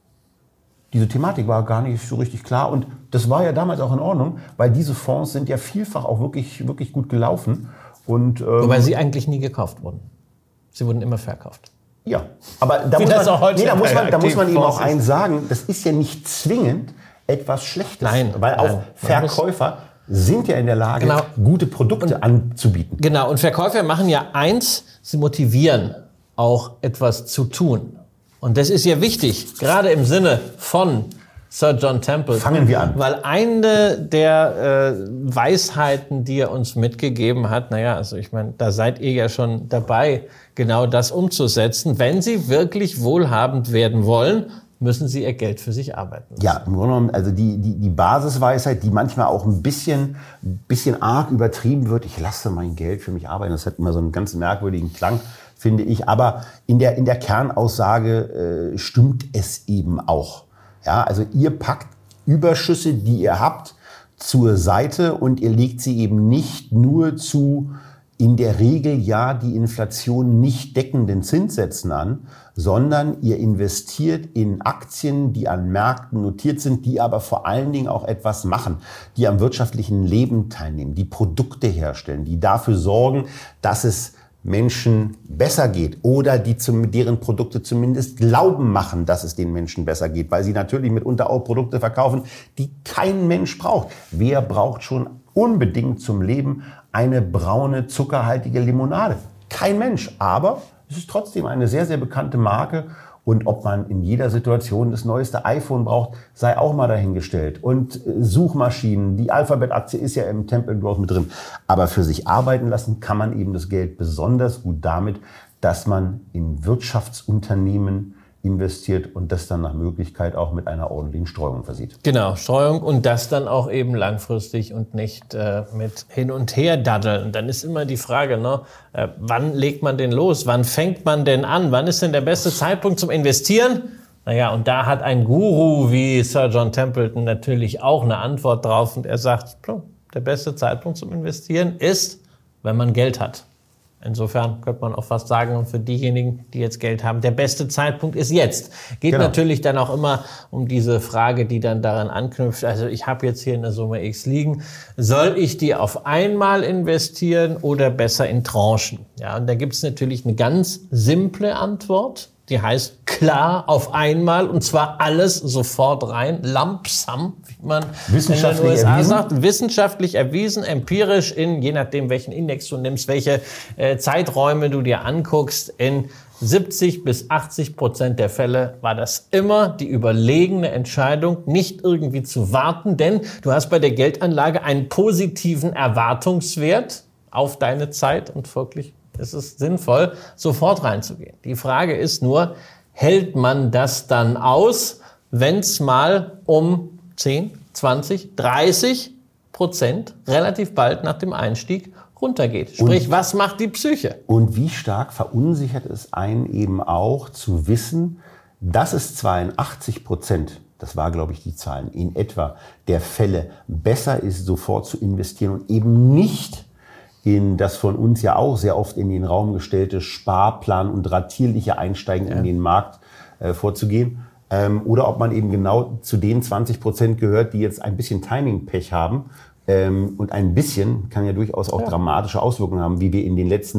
diese Thematik war gar nicht so richtig klar und das war ja damals auch in Ordnung, weil diese Fonds sind ja vielfach auch wirklich, wirklich gut gelaufen. Und, ähm, Wobei sie eigentlich nie gekauft wurden. Sie wurden immer verkauft. Ja, aber da, muss man, auch nee, da, muss man, da muss man eben auch eins sagen, das ist ja nicht zwingend etwas Schlechtes, nein, weil auch nein, Verkäufer sind ja in der Lage, genau. gute Produkte und, anzubieten. Genau, und Verkäufer machen ja eins, sie motivieren auch etwas zu tun. Und das ist ja wichtig, gerade im Sinne von Sir John Templeton. Fangen wir an. Weil eine der äh, Weisheiten, die er uns mitgegeben hat, naja, also ich meine, da seid ihr ja schon dabei, genau das umzusetzen. Wenn Sie wirklich wohlhabend werden wollen, müssen sie ihr Geld für sich arbeiten lassen. Ja, im Grunde genommen, also die, die, die Basisweisheit, die manchmal auch ein bisschen, bisschen arg übertrieben wird, ich lasse mein Geld für mich arbeiten, das hat immer so einen ganz merkwürdigen Klang, finde ich, aber in der, in der Kernaussage äh, stimmt es eben auch. Ja, also ihr packt Überschüsse, die ihr habt, zur Seite und ihr legt sie eben nicht nur zu in der Regel ja die Inflation nicht deckenden Zinssätzen an, sondern ihr investiert in Aktien, die an Märkten notiert sind, die aber vor allen Dingen auch etwas machen, die am wirtschaftlichen Leben teilnehmen, die Produkte herstellen, die dafür sorgen, dass es Menschen besser geht oder die zum, deren Produkte zumindest glauben machen, dass es den Menschen besser geht, weil sie natürlich mitunter auch Produkte verkaufen, die kein Mensch braucht. Wer braucht schon unbedingt zum Leben eine braune, zuckerhaltige Limonade? Kein Mensch, aber es ist trotzdem eine sehr, sehr bekannte Marke. Und ob man in jeder Situation das neueste iPhone braucht, sei auch mal dahingestellt. Und Suchmaschinen, die Alphabet-Aktie ist ja im Temple Growth mit drin. Aber für sich arbeiten lassen kann man eben das Geld besonders gut damit, dass man in Wirtschaftsunternehmen investiert und das dann nach Möglichkeit auch mit einer ordentlichen Streuung versieht. Genau, Streuung und das dann auch eben langfristig und nicht äh, mit hin und her daddeln. Dann ist immer die Frage, ne, äh, wann legt man denn los? Wann fängt man denn an? Wann ist denn der beste Zeitpunkt zum Investieren? Naja, und da hat ein Guru wie Sir John Templeton natürlich auch eine Antwort drauf und er sagt, der beste Zeitpunkt zum Investieren ist, wenn man Geld hat. Insofern könnte man auch fast sagen, für diejenigen, die jetzt Geld haben, der beste Zeitpunkt ist jetzt. Geht genau. Natürlich dann auch immer um diese Frage, die dann daran anknüpft. Also ich habe jetzt hier eine Summe X liegen. Soll ich die auf einmal investieren oder besser in Tranchen? Ja, und da gibt es natürlich eine ganz simple Antwort. Die heißt klar auf einmal und zwar alles sofort rein, lump sum, wie man in den U S A erwiesen? sagt. Wissenschaftlich erwiesen, empirisch in, je nachdem welchen Index du nimmst, welche äh, Zeiträume du dir anguckst, in siebzig bis achtzig Prozent der Fälle war das immer die überlegene Entscheidung, nicht irgendwie zu warten, denn du hast bei der Geldanlage einen positiven Erwartungswert auf deine Zeit und folglich es ist sinnvoll, sofort reinzugehen. Die Frage ist nur, hält man das dann aus, wenn es mal um zehn, zwanzig, dreißig Prozent relativ bald nach dem Einstieg runtergeht? Sprich, und, was macht die Psyche? Und wie stark verunsichert es einen eben auch zu wissen, dass es zwar in achtzig Prozent, das war glaube ich die Zahlen, in etwa der Fälle besser ist, sofort zu investieren und eben nicht in das von uns ja auch sehr oft in den Raum gestellte Sparplan und ratierliche Einsteigen ja. in den Markt äh, vorzugehen. Ähm, oder ob man eben genau zu den zwanzig Prozent gehört, die jetzt ein bisschen Timing-Pech haben. Ähm, und ein bisschen kann ja durchaus auch ja. dramatische Auswirkungen haben, wie wir in den letzten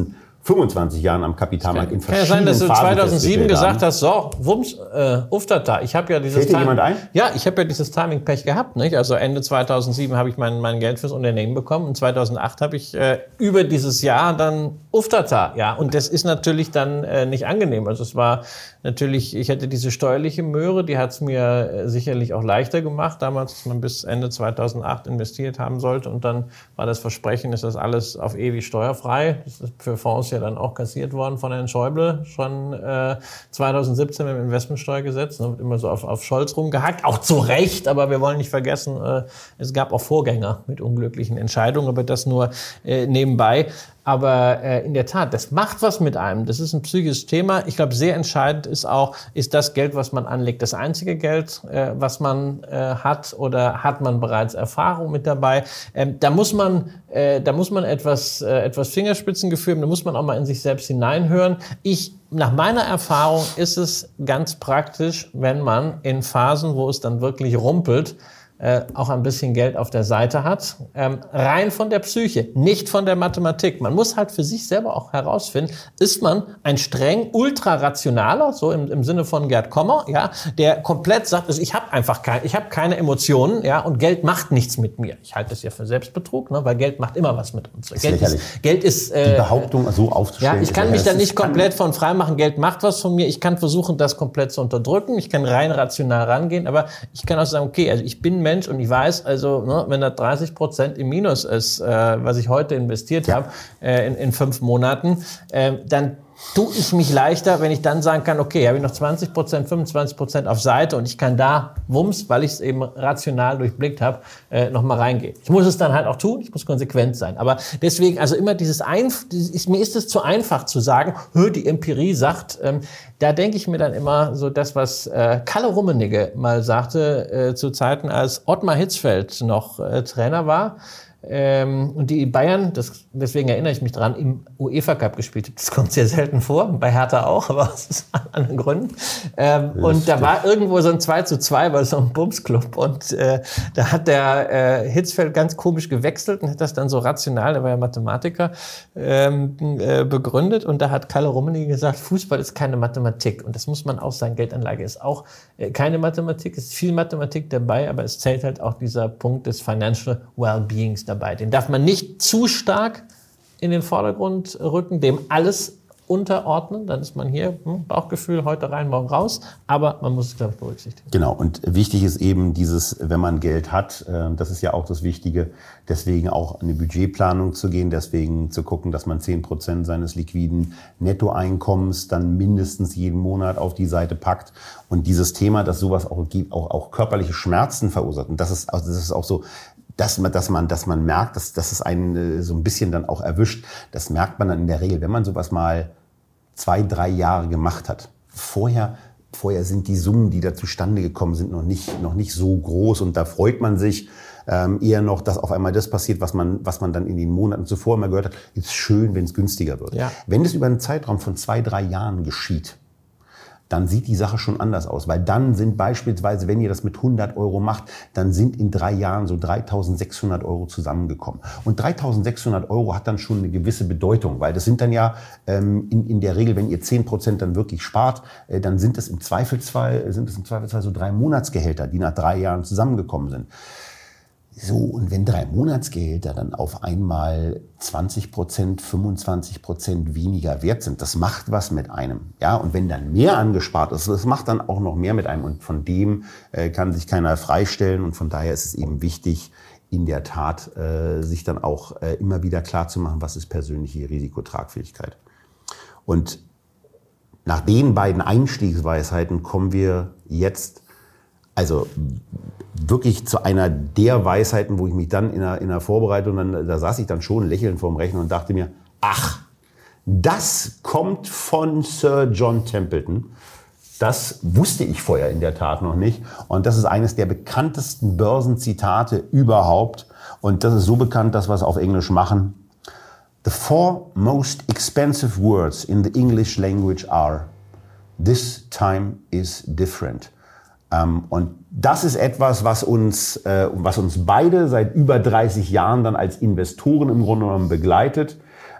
fünfundzwanzig Jahren am Kapitalmarkt in verschiedenen Kann ja sein, dass du Phasen zweitausendsieben gesagt hast, so, wumms, äh, Uftata. Ich habe ja dieses Fällt dir jemand ein? Ja, ich habe ja dieses Timing-Pech gehabt, nicht? Also Ende zweitausendsieben habe ich mein, mein Geld fürs Unternehmen bekommen und zweitausendacht habe ich äh, über dieses Jahr dann Uftata. Ja, und das ist natürlich dann äh, nicht angenehm. Also es war natürlich, ich hätte diese steuerliche Möhre, die hat es mir äh, sicherlich auch leichter gemacht, damals, dass man bis Ende zweitausendacht investiert haben sollte und dann war das Versprechen, ist das alles auf ewig steuerfrei. Das ist für Fonds ja dann auch kassiert worden von Herrn Schäuble, schon äh, zweitausendsiebzehn mit dem Investmentsteuergesetz. Da wird immer so auf, auf Scholz rumgehackt, auch zu Recht, aber wir wollen nicht vergessen, äh, es gab auch Vorgänger mit unglücklichen Entscheidungen, aber das nur äh, nebenbei. Aber äh, in der Tat, das macht was mit einem. Das ist ein psychisches Thema. Ich glaube, sehr entscheidend ist auch, ist das Geld, was man anlegt, das einzige Geld, äh, was man äh, hat, oder hat man bereits Erfahrung mit dabei? Ähm, da muss man, äh, da muss man etwas, äh, etwas Fingerspitzengefühl, da muss man auch mal in sich selbst hineinhören. Ich Nach meiner Erfahrung ist es ganz praktisch, wenn man in Phasen, wo es dann wirklich rumpelt, Äh, auch ein bisschen Geld auf der Seite hat, ähm, rein von der Psyche, nicht von der Mathematik. Man muss halt für sich selber auch herausfinden, ist man ein streng ultrarationaler, so im, im Sinne von Gerd Kommer, ja, der komplett sagt, also ich habe einfach keine, ich habe keine Emotionen, ja, und Geld macht nichts mit mir. Ich halte das ja für Selbstbetrug, ne, weil Geld macht immer was mit uns. Ist Geld lächerlich. ist, Geld ist äh, die Behauptung so aufzustellen. Ja, ich kann mich da nicht komplett von frei machen. Geld macht was von mir. Ich kann versuchen, das komplett zu unterdrücken. Ich kann rein rational rangehen, aber ich kann auch sagen, okay, also ich bin Mensch und ich weiß, also ne, wenn da dreißig Prozent im Minus ist, äh, was ich heute investiert ja. habe äh, in, in fünf Monaten, äh, dann tue ich mich leichter, wenn ich dann sagen kann, okay, habe ich noch zwanzig Prozent, fünfundzwanzig Prozent auf Seite und ich kann da, wumms, weil ich es eben rational durchblickt habe, äh, nochmal reingehen. Ich muss es dann halt auch tun, ich muss konsequent sein. Aber deswegen, also immer dieses, Einf- dieses mir ist es zu einfach zu sagen, hör, die Empirie sagt, ähm, da denke ich mir dann immer so das, was äh, Kalle Rummenigge mal sagte, äh, zu Zeiten, als Ottmar Hitzfeld noch äh, Trainer war. Ähm, und die Bayern, das, deswegen erinnere ich mich dran, im UEFA Cup gespielt. Das kommt sehr selten vor, bei Hertha auch, aber aus anderen Gründen. Ähm, und da war irgendwo so ein zwei zu zwei, weil so ein Bumsclub. Und äh, da hat der äh, Hitzfeld ganz komisch gewechselt und hat das dann so rational, der war ja Mathematiker, ähm, äh, begründet. Und da hat Kalle Rummenigge gesagt, Fußball ist keine Mathematik. Und das muss man auch sagen, Geldanlage ist auch äh, keine Mathematik. Es ist viel Mathematik dabei, aber es zählt halt auch dieser Punkt des Financial Wellbeings dabei. Den darf man nicht zu stark in den Vordergrund rücken, dem alles unterordnen. Dann ist man hier, hm, Bauchgefühl, heute rein, morgen raus. Aber man muss es, glaube ich, berücksichtigen. Genau. Und wichtig ist eben dieses, wenn man Geld hat, äh, das ist ja auch das Wichtige, deswegen auch eine Budgetplanung zu gehen, deswegen zu gucken, dass man zehn Prozent seines liquiden Nettoeinkommens dann mindestens jeden Monat auf die Seite packt. Und dieses Thema, dass sowas auch, auch, auch körperliche Schmerzen verursacht. Und das ist, also das ist auch so, Dass man, dass man, dass man merkt, dass, dass es einen so ein bisschen dann auch erwischt. Das merkt man dann in der Regel, wenn man sowas mal zwei, drei Jahre gemacht hat. Vorher, vorher sind die Summen, die da zustande gekommen sind, noch nicht, noch nicht so groß. Und da freut man sich ähm, eher noch, dass auf einmal das passiert, was man, was man dann in den Monaten zuvor immer gehört hat. Ist schön, wenn es günstiger wird. Ja. Wenn es über einen Zeitraum von zwei, drei Jahren geschieht, dann sieht die Sache schon anders aus. Weil dann sind beispielsweise, wenn ihr das mit hundert Euro macht, dann sind in drei Jahren so dreitausendsechshundert Euro zusammengekommen. Und dreitausendsechshundert Euro hat dann schon eine gewisse Bedeutung, weil das sind dann ja ähm, in, in der Regel, wenn ihr zehn Prozent dann wirklich spart, äh, dann sind es im Zweifelsfall, sind es im Zweifelsfall so drei Monatsgehälter, die nach drei Jahren zusammengekommen sind. So, und wenn drei Monatsgehälter dann auf einmal zwanzig Prozent, fünfundzwanzig Prozent weniger wert sind, das macht was mit einem. Ja, und wenn dann mehr angespart ist, das macht dann auch noch mehr mit einem. Und von dem äh, kann sich keiner freistellen. Und von daher ist es eben wichtig, in der Tat äh, sich dann auch äh, immer wieder klar zu machen, was ist persönliche Risikotragfähigkeit. Und nach den beiden Einstiegsweisheiten kommen wir jetzt also wirklich zu einer der Weisheiten, wo ich mich dann in der, in der Vorbereitung, dann, da saß ich dann schon lächelnd vorm Rechner und dachte mir, ach, das kommt von Sir John Templeton. Das wusste ich vorher in der Tat noch nicht. Und das ist eines der bekanntesten Börsenzitate überhaupt. Und das ist so bekannt, dass wir es auf Englisch machen. The four most expensive words in the English language are, this time is different. Ähm, und das ist etwas, was uns, äh, was uns beide seit über dreißig Jahren dann als Investoren im Grunde genommen begleitet.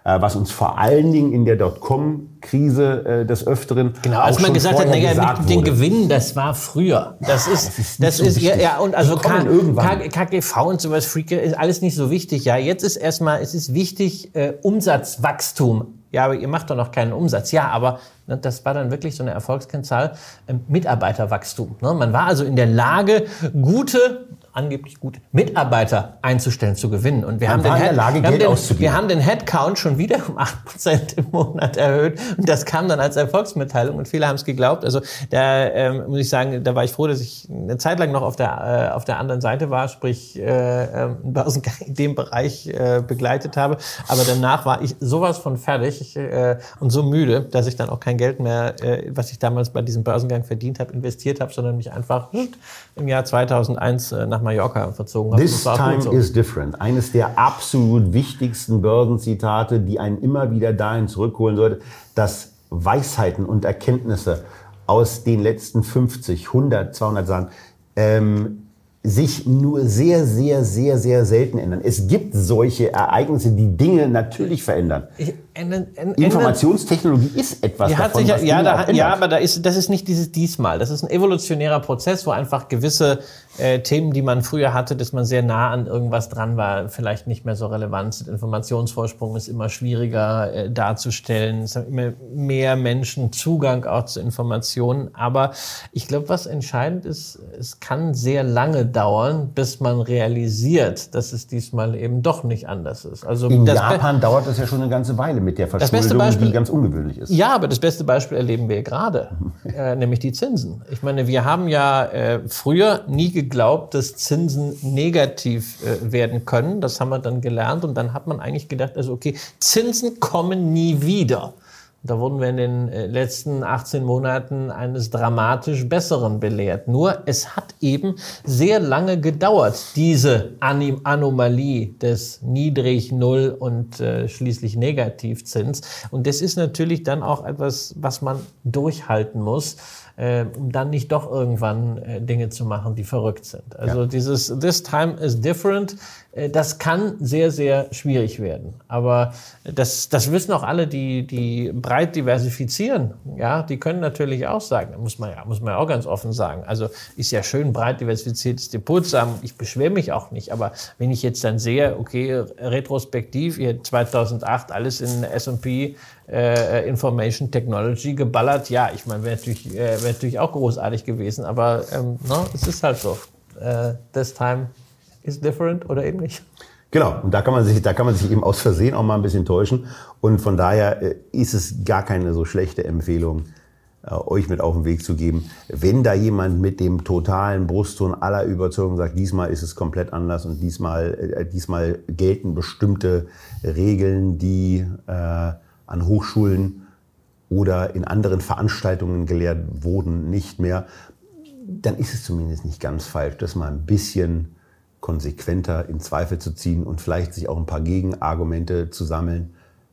äh, was uns vor allen Dingen in der Dotcom-Krise äh, des Öfteren genau, auch als man schon gesagt hat, vorher naja, gesagt mit den wurde. Gewinnen, das war früher. Das Ja, ist, das ist, das nicht ist so ja, ja, und also Die kommen K- irgendwann. K- K G V und sowas, Freak, ist alles nicht so wichtig. Ja, jetzt ist erstmal, es ist wichtig, äh, Umsatzwachstum. Ja, aber ihr macht doch noch keinen Umsatz. Ja, aber ne, das war dann wirklich so eine Erfolgskennzahl, äh, Mitarbeiterwachstum. Ne? Man war also in der Lage, gute, angeblich gute Mitarbeiter einzustellen, zu gewinnen. Und wir Man haben war den, in der Head, Lage, wir, haben Geld den, auszugeben. wir haben den Headcount schon wieder um acht Prozent im Monat erhöht. Und das kam dann als Erfolgsmitteilung und viele haben es geglaubt. Also da ähm, muss ich sagen, da war ich froh, dass ich eine Zeit lang noch auf der, äh, auf der anderen Seite war, sprich äh, einen Börsengang in dem Bereich äh, begleitet habe. Aber danach war ich sowas von fertig ich, äh, und so müde, dass ich dann auch kein Geld mehr, äh, was ich damals bei diesem Börsengang verdient habe, investiert habe, sondern mich einfach im Jahr zweitausendeins äh, nach Mallorca verzogen habe. This time so. is different. Eines der absolut wichtigsten Börsenzitate, die einen immer wieder dahin zurückholen sollte, dass Weisheiten und Erkenntnisse aus den letzten fünfzig, hundert, zweihundert Jahren ähm, sich nur sehr, sehr, sehr, sehr selten ändern. Es gibt solche Ereignisse, die Dinge natürlich verändern. Ich, ändern, ändern, Informationstechnologie ist etwas die davon, hat sich, was ja, Dinge da, auch ändert. ja, aber da ist, das ist nicht dieses diesmal. Das ist ein evolutionärer Prozess, wo einfach gewisse äh, Themen, die man früher hatte, dass man sehr nah an irgendwas dran war, vielleicht nicht mehr so relevant sind. Informationsvorsprung ist immer schwieriger äh, darzustellen. Es haben immer mehr Menschen Zugang auch zu Informationen. Aber ich glaube, was entscheidend ist, es kann sehr lange dauern, bis man realisiert, dass es diesmal eben doch nicht anders ist. Also In das Japan dauert das ja schon eine ganze Weile mit der beste Verschuldung, Beispiel- die ganz ungewöhnlich ist. Ja, aber das beste Beispiel erleben wir gerade, äh, nämlich die Zinsen. Ich meine, wir haben ja äh, früher nie geglaubt, dass Zinsen negativ äh, werden können. Das haben wir dann gelernt und dann hat man eigentlich gedacht, also okay, Zinsen kommen nie wieder. Da wurden wir in den äh, letzten achtzehn Monaten eines dramatisch Besseren belehrt. Nur es hat eben sehr lange gedauert, diese Anim- Anomalie des Niedrig-, Null- und äh, schließlich Negativzins. Und das ist natürlich dann auch etwas, was man durchhalten muss, äh, um dann nicht doch irgendwann äh, Dinge zu machen, die verrückt sind. Also Ja. dieses This time is different, äh, das kann sehr, sehr schwierig werden. Aber das, das wissen auch alle, die, die breit diversifizieren. Ja, die können natürlich auch sagen, muss man ja, muss man ja auch ganz offen sagen. Also ist ja schön, breit diversifiziertes Depot zu haben. Ich beschwere mich auch nicht. Aber wenn ich jetzt dann sehe, okay, retrospektiv, ihr zweitausendacht alles in S und P äh, Information Technology geballert, ja, ich meine, wäre natürlich, äh, wäre natürlich auch großartig gewesen. Aber ähm, no, es ist halt so. Uh, this time is different oder eben nicht. Genau, und da kann man sich, da kann man sich eben aus Versehen auch mal ein bisschen täuschen. Und von daher äh, ist es gar keine so schlechte Empfehlung, äh, euch mit auf den Weg zu geben. Wenn da jemand mit dem totalen Brustton aller Überzeugung sagt, diesmal ist es komplett anders und diesmal, äh, diesmal gelten bestimmte Regeln, die äh, an Hochschulen oder in anderen Veranstaltungen gelehrt wurden, nicht mehr, dann ist es zumindest nicht ganz falsch, das mal ein bisschen konsequenter in Zweifel zu ziehen und vielleicht sich auch ein paar Gegenargumente zu sammeln,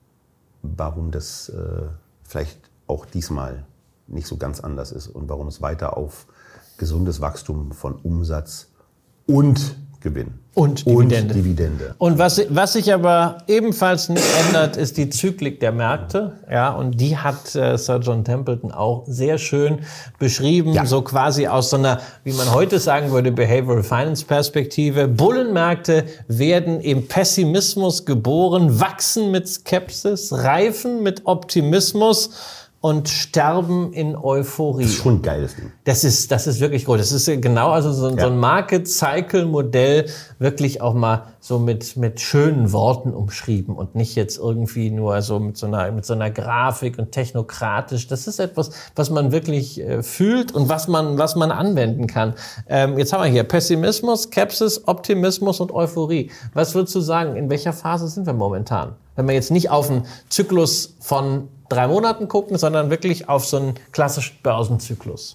warum das äh, vielleicht auch diesmal nicht so ganz anders ist und warum es weiter auf gesundes Wachstum von Umsatz und Gewinn Und Dividende. Und, Dividende. Und was, was sich aber ebenfalls nicht ändert, ist die Zyklik der Märkte. Ja, und die hat äh, Sir John Templeton auch sehr schön beschrieben, Ja. so quasi aus so einer, wie man heute sagen würde, Behavioral Finance Perspektive. Bullenmärkte werden im Pessimismus geboren, wachsen mit Skepsis, reifen mit Optimismus und sterben in Euphorie. Das ist schon ein geiles Ding. Das ist, das ist wirklich gut. Das ist genau also so, Ja. so ein Market-Cycle-Modell, wirklich auch mal so mit, mit schönen Worten umschrieben und nicht jetzt irgendwie nur so mit so einer, mit so einer Grafik und technokratisch. Das ist etwas, was man wirklich äh, fühlt und was man, was man anwenden kann. Ähm, jetzt haben wir hier Pessimismus, Skepsis, Optimismus und Euphorie. Was würdest du sagen? In welcher Phase sind wir momentan? Wenn wir jetzt nicht auf einen Zyklus von drei Monaten gucken, sondern wirklich auf so einen klassischen Börsenzyklus.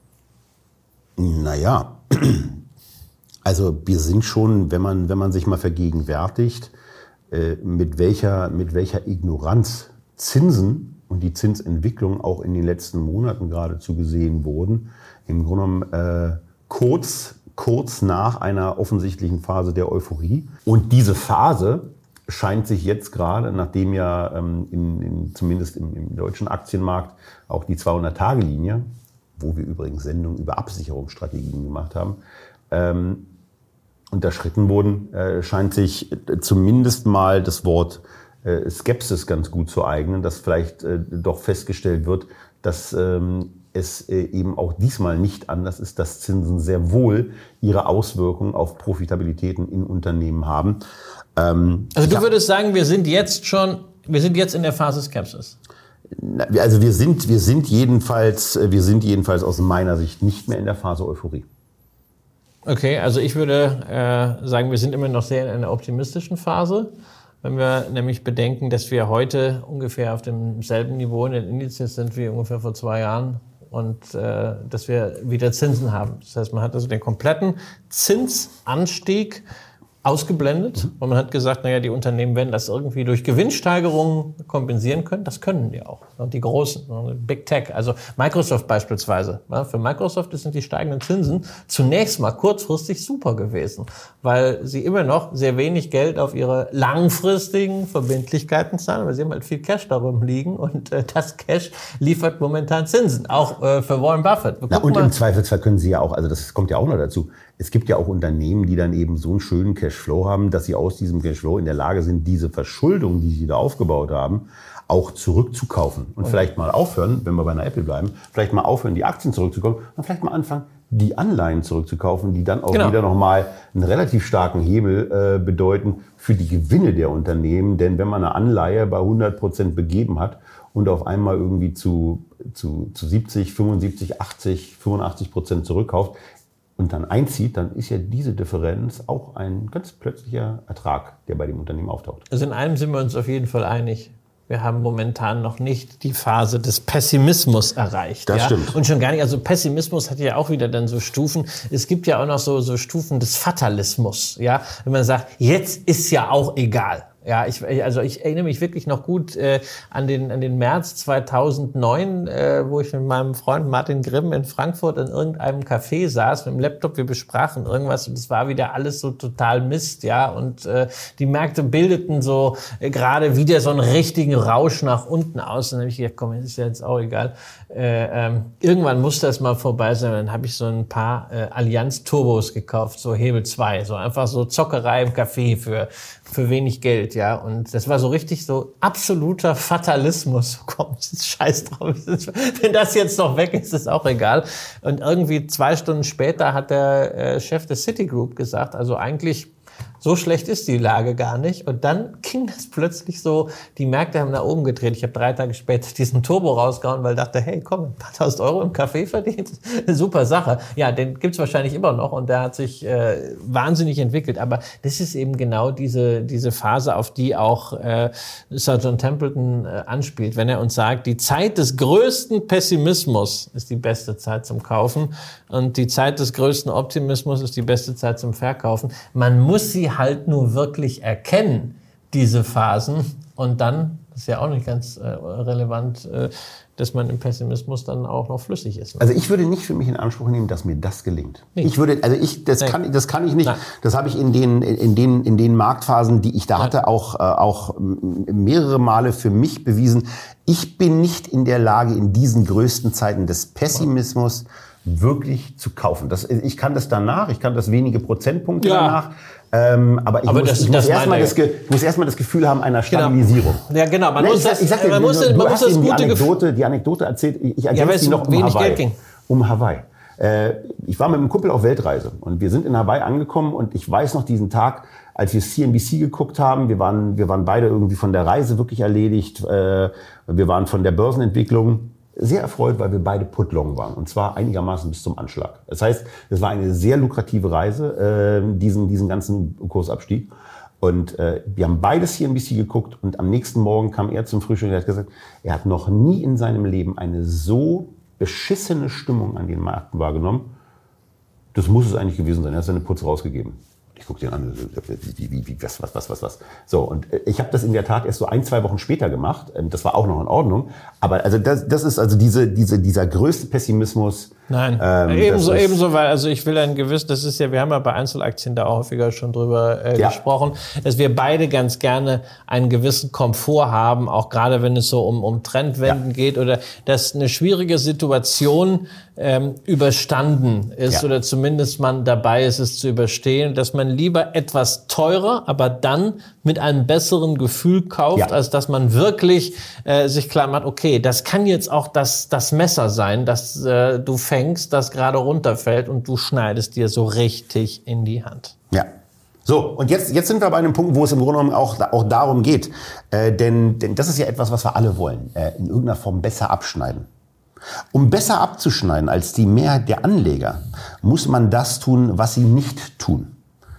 Naja, also wir sind schon, wenn man, wenn man sich mal vergegenwärtigt, äh, mit welcher, mit welcher Ignoranz Zinsen und die Zinsentwicklung auch in den letzten Monaten geradezu gesehen wurden, im Grunde genommen äh, kurz, kurz nach einer offensichtlichen Phase der Euphorie. Und diese Phase scheint sich jetzt gerade, nachdem ja ähm, in, in, zumindest im, im deutschen Aktienmarkt auch die zweihundert-Tage-Linie, wo wir übrigens Sendungen über Absicherungsstrategien gemacht haben, ähm, unterschritten wurden, äh, scheint sich äh, zumindest mal das Wort äh, Skepsis ganz gut zu eignen, dass vielleicht äh, doch festgestellt wird, dass ähm, es äh, eben auch diesmal nicht anders ist, dass Zinsen sehr wohl ihre Auswirkungen auf Profitabilitäten in Unternehmen haben. Ähm, also du würdest sagen, wir sind jetzt schon, wir sind jetzt in der Phase Skepsis? Also wir sind, wir sind jedenfalls, wir sind jedenfalls aus meiner Sicht nicht mehr in der Phase Euphorie. Okay, also ich würde äh, sagen, wir sind immer noch sehr in einer optimistischen Phase. Wenn wir nämlich bedenken, dass wir heute ungefähr auf demselben Niveau in den Indizes sind wie ungefähr vor zwei Jahren und äh, dass wir wieder Zinsen haben. Das heißt, man hat also den kompletten Zinsanstieg ausgeblendet mhm. und man hat gesagt, naja, die Unternehmen werden das irgendwie durch Gewinnsteigerungen kompensieren können. Das können die auch. Und die Großen, Big Tech, also Microsoft beispielsweise. Für Microsoft sind die steigenden Zinsen zunächst mal kurzfristig super gewesen, weil sie immer noch sehr wenig Geld auf ihre langfristigen Verbindlichkeiten zahlen, aber sie haben halt viel Cash darum liegen und äh, das Cash liefert momentan Zinsen, auch äh, für Warren Buffett. Na, und im Zweifelsfall können sie ja auch, also das kommt ja auch noch dazu, es gibt ja auch Unternehmen, die dann eben so einen schönen Cashflow haben, dass sie aus diesem Cashflow in der Lage sind, diese Verschuldung, die sie da aufgebaut haben, auch zurückzukaufen. Und okay. vielleicht mal aufhören, wenn wir bei einer Apple bleiben, vielleicht mal aufhören, die Aktien zurückzukaufen und vielleicht mal anfangen, die Anleihen zurückzukaufen, die dann auch genau. wieder nochmal einen relativ starken Hebel äh, bedeuten für die Gewinne der Unternehmen. Denn wenn man eine Anleihe bei hundert Prozent begeben hat und auf einmal irgendwie zu, zu, zu siebzig, fünfundsiebzig, achtzig, fünfundachtzig Prozent zurückkauft, und dann einzieht, dann ist ja diese Differenz auch ein ganz plötzlicher Ertrag, der bei dem Unternehmen auftaucht. Also in einem sind wir uns auf jeden Fall einig. Wir haben momentan noch nicht die Phase des Pessimismus erreicht. Das ja? stimmt. Und schon gar nicht, also Pessimismus hat ja auch wieder dann so Stufen. Es gibt ja auch noch so, so Stufen des Fatalismus. Ja? Wenn man sagt, jetzt ist ja auch egal. Ja, ich, also ich erinnere mich wirklich noch gut äh, an den an den März zweitausendneun, äh, wo ich mit meinem Freund Martin Grimm in Frankfurt in irgendeinem Café saß mit dem Laptop, wir besprachen irgendwas und es war wieder alles so total Mist, ja, und äh, die Märkte bildeten so äh, gerade wieder so einen richtigen Rausch nach unten aus und dann habe ich gedacht, komm, ist ja jetzt auch egal. Äh, ähm, irgendwann muss das mal vorbei sein. Dann habe ich so ein paar äh, Allianz Turbos gekauft, so Hebel zwei, so einfach so Zockerei im Café für für wenig Geld, ja. Und das war so richtig so absoluter Fatalismus. Komm, scheiß drauf. Wenn das jetzt noch weg ist, ist auch egal. Und irgendwie zwei Stunden später hat der äh, Chef des Citigroup gesagt, also eigentlich so schlecht ist die Lage gar nicht. Und dann ging das plötzlich so, die Märkte haben nach oben gedreht. Ich habe drei Tage später diesen Turbo rausgehauen, weil ich dachte, hey, komm, ein paar tausend Euro im Café verdient. Super Sache. Ja, den gibt's wahrscheinlich immer noch und der hat sich äh, wahnsinnig entwickelt. Aber das ist eben genau diese diese Phase, auf die auch äh, Sir John Templeton äh, anspielt, wenn er uns sagt, die Zeit des größten Pessimismus ist die beste Zeit zum Kaufen und die Zeit des größten Optimismus ist die beste Zeit zum Verkaufen. Man muss sie halt nur wirklich erkennen, diese Phasen. Und dann, das ist ja auch nicht ganz äh, relevant, äh, dass man im Pessimismus dann auch noch flüssig ist. Also ich würde nicht für mich in Anspruch nehmen, dass mir das gelingt. Nee. Ich würde, also ich, das nee. kann, das kann ich nicht. Nein. Das habe ich in den, in den, in den Marktphasen, die ich da hatte, Nein. auch, äh, auch mehrere Male für mich bewiesen. Ich bin nicht in der Lage, in diesen größten Zeiten des Pessimismus wirklich zu kaufen. Das, ich kann das danach, ich kann das wenige Prozentpunkte ja. danach. Ähm, aber ich aber muss, das, ich muss erstmal das, muss erst mal das Gefühl haben einer Stabilisierung. Genau. Ja, genau. Man Na, muss ich, das, ich sag dir, man du, muss, du, man du muss das die gute Anekdote, die Anekdote erzählt. Ich ergänze ja, die noch um wenig Hawaii. Geld ging. Um Hawaii. Äh, ich war mit einem Kumpel auf Weltreise und wir sind in Hawaii angekommen und ich weiß noch diesen Tag, als wir C N B C geguckt haben. Wir waren, wir waren beide irgendwie von der Reise wirklich erledigt. Äh, wir waren von der Börsenentwicklung sehr erfreut, weil wir beide put-long waren. Und zwar einigermaßen bis zum Anschlag. Das heißt, es war eine sehr lukrative Reise, äh, diesen, diesen ganzen Kursabstieg. Und äh, wir haben beide C N B C geguckt und am nächsten Morgen kam er zum Frühstück und hat gesagt, er hat noch nie in seinem Leben eine so beschissene Stimmung an den Märkten wahrgenommen. Das muss es eigentlich gewesen sein. Er hat seine Puts rausgegeben. Ich gucke den an, wie, wie, wie, was, was, was, was, was. So, und ich habe das in der Tat erst so ein, zwei Wochen später gemacht. Das war auch noch in Ordnung. Aber also das, das ist also diese, diese, dieser größte Pessimismus. Nein, ähm, ebenso, ebenso, weil also ich will ein gewiss, das ist ja, wir haben ja bei Einzelaktien da auch häufiger schon drüber äh, ja. gesprochen, dass wir beide ganz gerne einen gewissen Komfort haben, auch gerade wenn es so um, um Trendwenden ja. geht oder dass eine schwierige Situation ähm, überstanden ist ja. oder zumindest man dabei ist, es zu überstehen, dass man lieber etwas teurer, aber dann mit einem besseren Gefühl kauft, ja. als dass man wirklich äh, sich klar macht, okay, das kann jetzt auch das, das Messer sein, das äh, du fängst, das gerade runterfällt und du schneidest dir so richtig in die Hand. Ja. So, und jetzt, jetzt sind wir bei einem Punkt, wo es im Grunde genommen auch, auch darum geht. Äh, denn, denn das ist ja etwas, was wir alle wollen. Äh, in irgendeiner Form besser abschneiden. Um besser abzuschneiden als die Mehrheit der Anleger, muss man das tun, was sie nicht tun.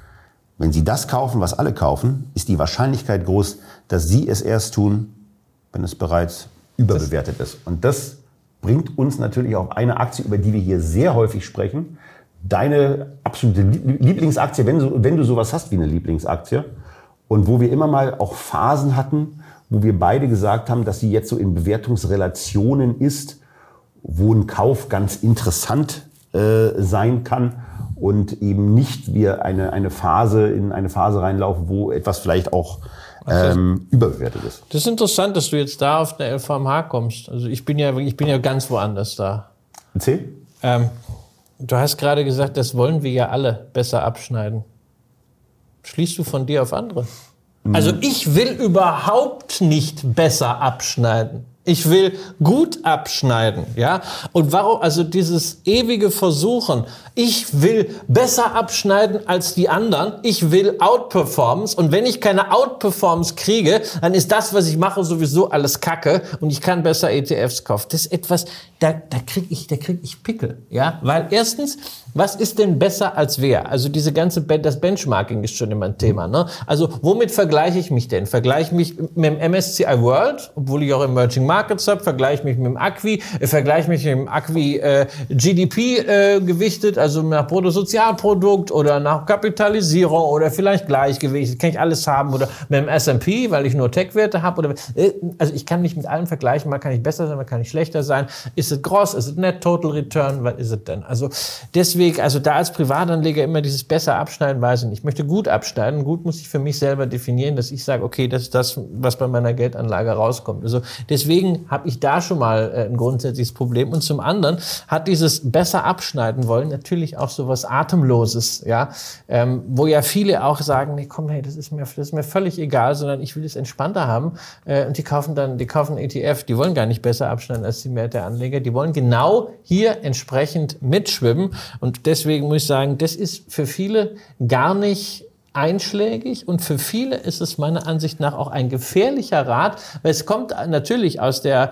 Wenn Sie das kaufen, was alle kaufen, ist die Wahrscheinlichkeit groß, dass Sie es erst tun, wenn es bereits überbewertet ist. Und das bringt uns natürlich auf eine Aktie, über die wir hier sehr häufig sprechen. Deine absolute Lieblingsaktie, wenn du, wenn du sowas hast wie eine Lieblingsaktie. Und wo wir immer mal auch Phasen hatten, wo wir beide gesagt haben, dass sie jetzt so in Bewertungsrelationen ist, wo ein Kauf ganz interessant äh, sein kann. Und eben nicht wir eine, eine Phase, in eine Phase reinlaufen, wo etwas vielleicht auch ähm, überbewertet ist. Das ist interessant, dass du jetzt da auf eine L V M H kommst. Also ich bin ja, ich bin ja ganz woanders da. Erzähl. Ähm, du hast gerade gesagt, das wollen wir ja alle besser abschneiden. Schließt du von dir auf andere? Mhm. Also ich will überhaupt nicht besser abschneiden. Ich will gut abschneiden, ja. Und warum, also dieses ewige Versuchen, ich will besser abschneiden als die anderen, ich will Outperformance und wenn ich keine Outperformance kriege, dann ist das, was ich mache, sowieso alles Kacke und ich kann besser E T Fs kaufen. Das ist etwas, da, da krieg ich, da krieg ich Pickel, ja. Weil erstens, was ist denn besser als wer? Also diese ganze, das Benchmarking ist schon immer ein Thema, ne? Also womit vergleiche ich mich denn? Vergleiche mich mit dem M S C I World, obwohl ich auch Emerging Markets habe, vergleiche mich mit dem Acqui, äh, vergleiche mich mit dem Acqui äh, G D P äh, gewichtet, also nach Bruttosozialprodukt oder nach Kapitalisierung oder vielleicht Gleichgewicht, kann ich alles haben oder mit dem S and P, weil ich nur Tech-Werte habe oder äh, also ich kann mich mit allen vergleichen, mal kann ich besser sein, mal kann ich schlechter sein. Ist es Gross, ist es Net Total Return, was ist es denn? Also deswegen, also da als Privatanleger immer dieses besser abschneiden, weiß ich nicht. Ich möchte gut abschneiden. Gut muss ich für mich selber definieren, dass ich sage, okay, das ist das, was bei meiner Geldanlage rauskommt. Also deswegen habe ich da schon mal äh, ein grundsätzliches Problem. Und zum anderen hat dieses besser abschneiden wollen natürlich auch so was Atemloses, ja, ähm, wo ja viele auch sagen, nee, komm, hey, das ist mir, das ist mir völlig egal, sondern ich will es entspannter haben. Äh, und die kaufen dann, die kaufen E T F, die wollen gar nicht besser abschneiden als die Mehrheit der Anleger. Die wollen genau hier entsprechend mitschwimmen. Und deswegen muss ich sagen, das ist für viele gar nicht einschlägig und für viele ist es meiner Ansicht nach auch ein gefährlicher Rat, weil es kommt natürlich aus der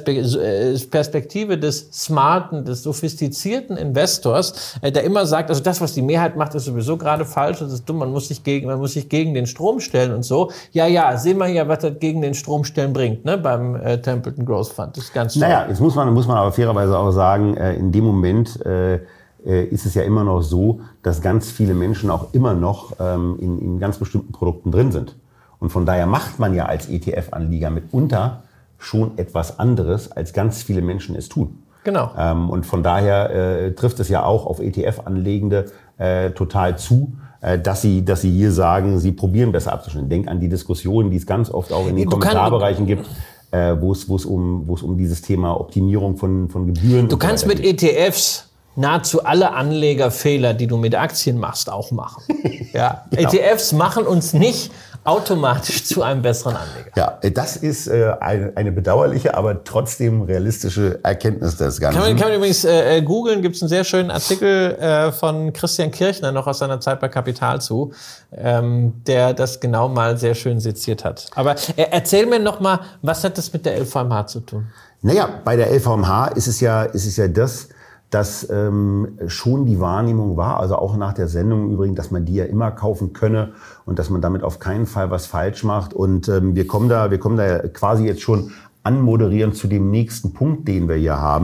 Perspektive des smarten, des sophistizierten Investors, der immer sagt, also das, was die Mehrheit macht, ist sowieso gerade falsch, das ist dumm, man muss sich gegen, man muss sich gegen den Strom stellen und so. Ja, ja, sehen wir ja, was das gegen den Strom stellen bringt, ne, beim äh, Templeton Growth Fund. Das ist ganz toll. Naja, jetzt muss man, muss man aber fairerweise auch sagen, äh, in dem Moment, äh, ist es ja immer noch so, dass ganz viele Menschen auch immer noch ähm, in, in ganz bestimmten Produkten drin sind. Und von daher macht man ja als E T F-Anleger mitunter schon etwas anderes, als ganz viele Menschen es tun. Genau. Ähm, und von daher äh, trifft es ja auch auf E T F-Anlegende äh, total zu, äh, dass sie, dass sie hier sagen, sie probieren besser abzuschneiden. Denk an die Diskussionen, die es ganz oft auch in den du Kommentarbereichen gibt. Äh, wo es, wo es um, wo es um dieses Thema Optimierung von, von Gebühren Du kannst mit E T Fs nahezu alle Anlegerfehler, die du mit Aktien machst, auch machen. Ja. Genau. E T Fs machen uns nicht automatisch zu einem besseren Anleger. Ja, das ist äh, eine, eine bedauerliche, aber trotzdem realistische Erkenntnis des Ganzen. Kann man, kann man übrigens äh, googeln, gibt es einen sehr schönen Artikel äh, von Christian Kirchner, noch aus seiner Zeit bei Kapital zu, ähm, der das genau mal sehr schön seziert hat. Aber äh, erzähl mir noch mal, was hat das mit der L V M H zu tun? Naja, bei der L V M H ist es ja, ist es ja das, dass ähm, schon die Wahrnehmung war, also auch nach der Sendung übrigens, dass man die ja immer kaufen könne und dass man damit auf keinen Fall was falsch macht. Und ähm, wir kommen da, wir kommen da quasi jetzt schon anmoderieren zu dem nächsten Punkt, den wir hier haben.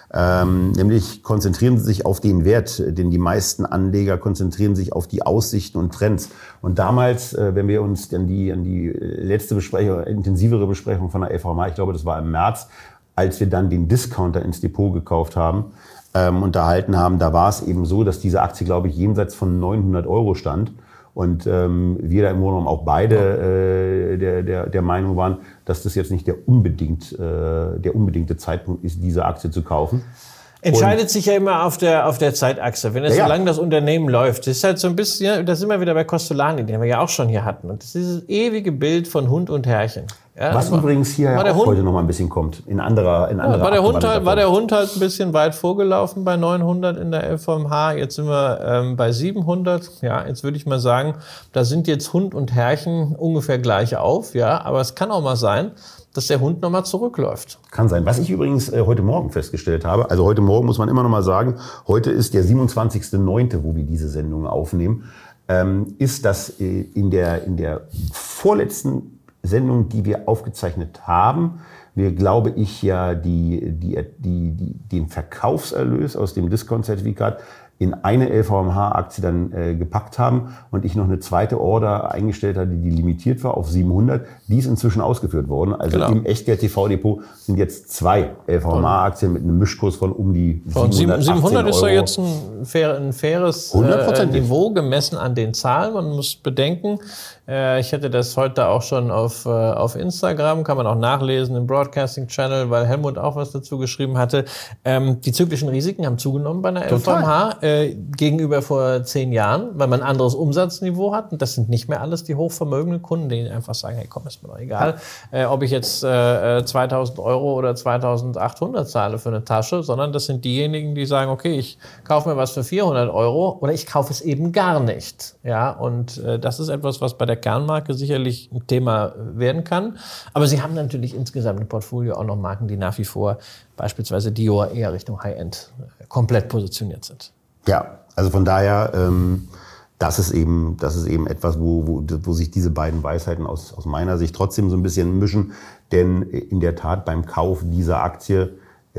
Ähm, nämlich konzentrieren sie sich auf den Wert, denn die meisten Anleger konzentrieren sich auf die Aussichten und Trends. Und damals, äh, wenn wir uns an die, an die letzte Besprechung, intensivere Besprechung von der L V M H, ich glaube, das war im März, als wir dann den Discounter ins Depot gekauft haben, ähm, unterhalten haben, da war es eben so, dass diese Aktie, glaube ich, jenseits von neunhundert Euro stand. Und ähm, wir da im Grunde genommen auch beide äh, der, der, der Meinung waren, dass das jetzt nicht der, unbedingt, äh, der unbedingte Zeitpunkt ist, diese Aktie zu kaufen. Entscheidet Und sich ja immer auf der, auf der Zeitachse, wenn es ja, solange das Unternehmen läuft. Das ist halt so ein bisschen, da sind wir wieder bei Costolani, den wir ja auch schon hier hatten. Und das ist dieses ewige Bild von Hund und Herrchen. Ja, was war, übrigens hier ja auch Hund, heute noch mal ein bisschen kommt, in anderer, in anderer ja, war, der Hund halt, war der Form. Hund halt ein bisschen weit vorgelaufen bei neunhundert in der L V M H. Jetzt sind wir ähm, bei siebenhundert. Ja, jetzt würde ich mal sagen, da sind jetzt Hund und Herrchen ungefähr gleich auf. Ja, aber es kann auch mal sein, dass der Hund noch mal zurückläuft. Kann sein. Was ich übrigens äh, heute Morgen festgestellt habe, also heute Morgen muss man immer noch mal sagen, heute ist der siebenundzwanzigster neunte, wo wir diese Sendung aufnehmen, ähm, ist, dass äh, in der, in der vorletzten Sendung, die wir aufgezeichnet haben, wir, glaube ich, ja die, die, die, die, den Verkaufserlös aus dem Discount-Zertifikat in eine L V M H-Aktie dann äh, gepackt haben und ich noch eine zweite Order eingestellt hatte, die limitiert war auf siebenhundert. Die ist inzwischen ausgeführt worden. Also genau. Im Echtgeld-T V-Depot sind jetzt zwei L V M H-Aktien mit einem Mischkurs von um die siebenhundert. siebenhundert ist doch jetzt ein, fair, ein faires äh, Niveau gemessen an den Zahlen. Man muss bedenken, äh, ich hätte das heute auch schon auf, äh, auf Instagram, kann man auch nachlesen im Broadcasting Channel, weil Helmut auch was dazu geschrieben hatte. Ähm, die zyklischen Risiken haben zugenommen bei einer L V M H. Äh, gegenüber vor zehn Jahren, weil man ein anderes Umsatzniveau hat. Und das sind nicht mehr alles die hochvermögenden Kunden, die einfach sagen, hey komm, ist mir doch egal, äh, ob ich jetzt äh, zweitausend Euro oder zweitausendachthundert zahle für eine Tasche, sondern das sind diejenigen, die sagen, okay, ich kaufe mir was für vierhundert Euro oder ich kaufe es eben gar nicht. Ja, und äh, das ist etwas, was bei der Kernmarke sicherlich ein Thema werden kann. Aber sie haben natürlich insgesamt im Portfolio auch noch Marken, die nach wie vor, beispielsweise Dior, eher Richtung High-End äh, komplett positioniert sind. Ja, also von daher, ähm, das ist eben, das ist eben etwas, wo, wo, wo sich diese beiden Weisheiten aus, aus meiner Sicht trotzdem so ein bisschen mischen. Denn in der Tat beim Kauf dieser Aktie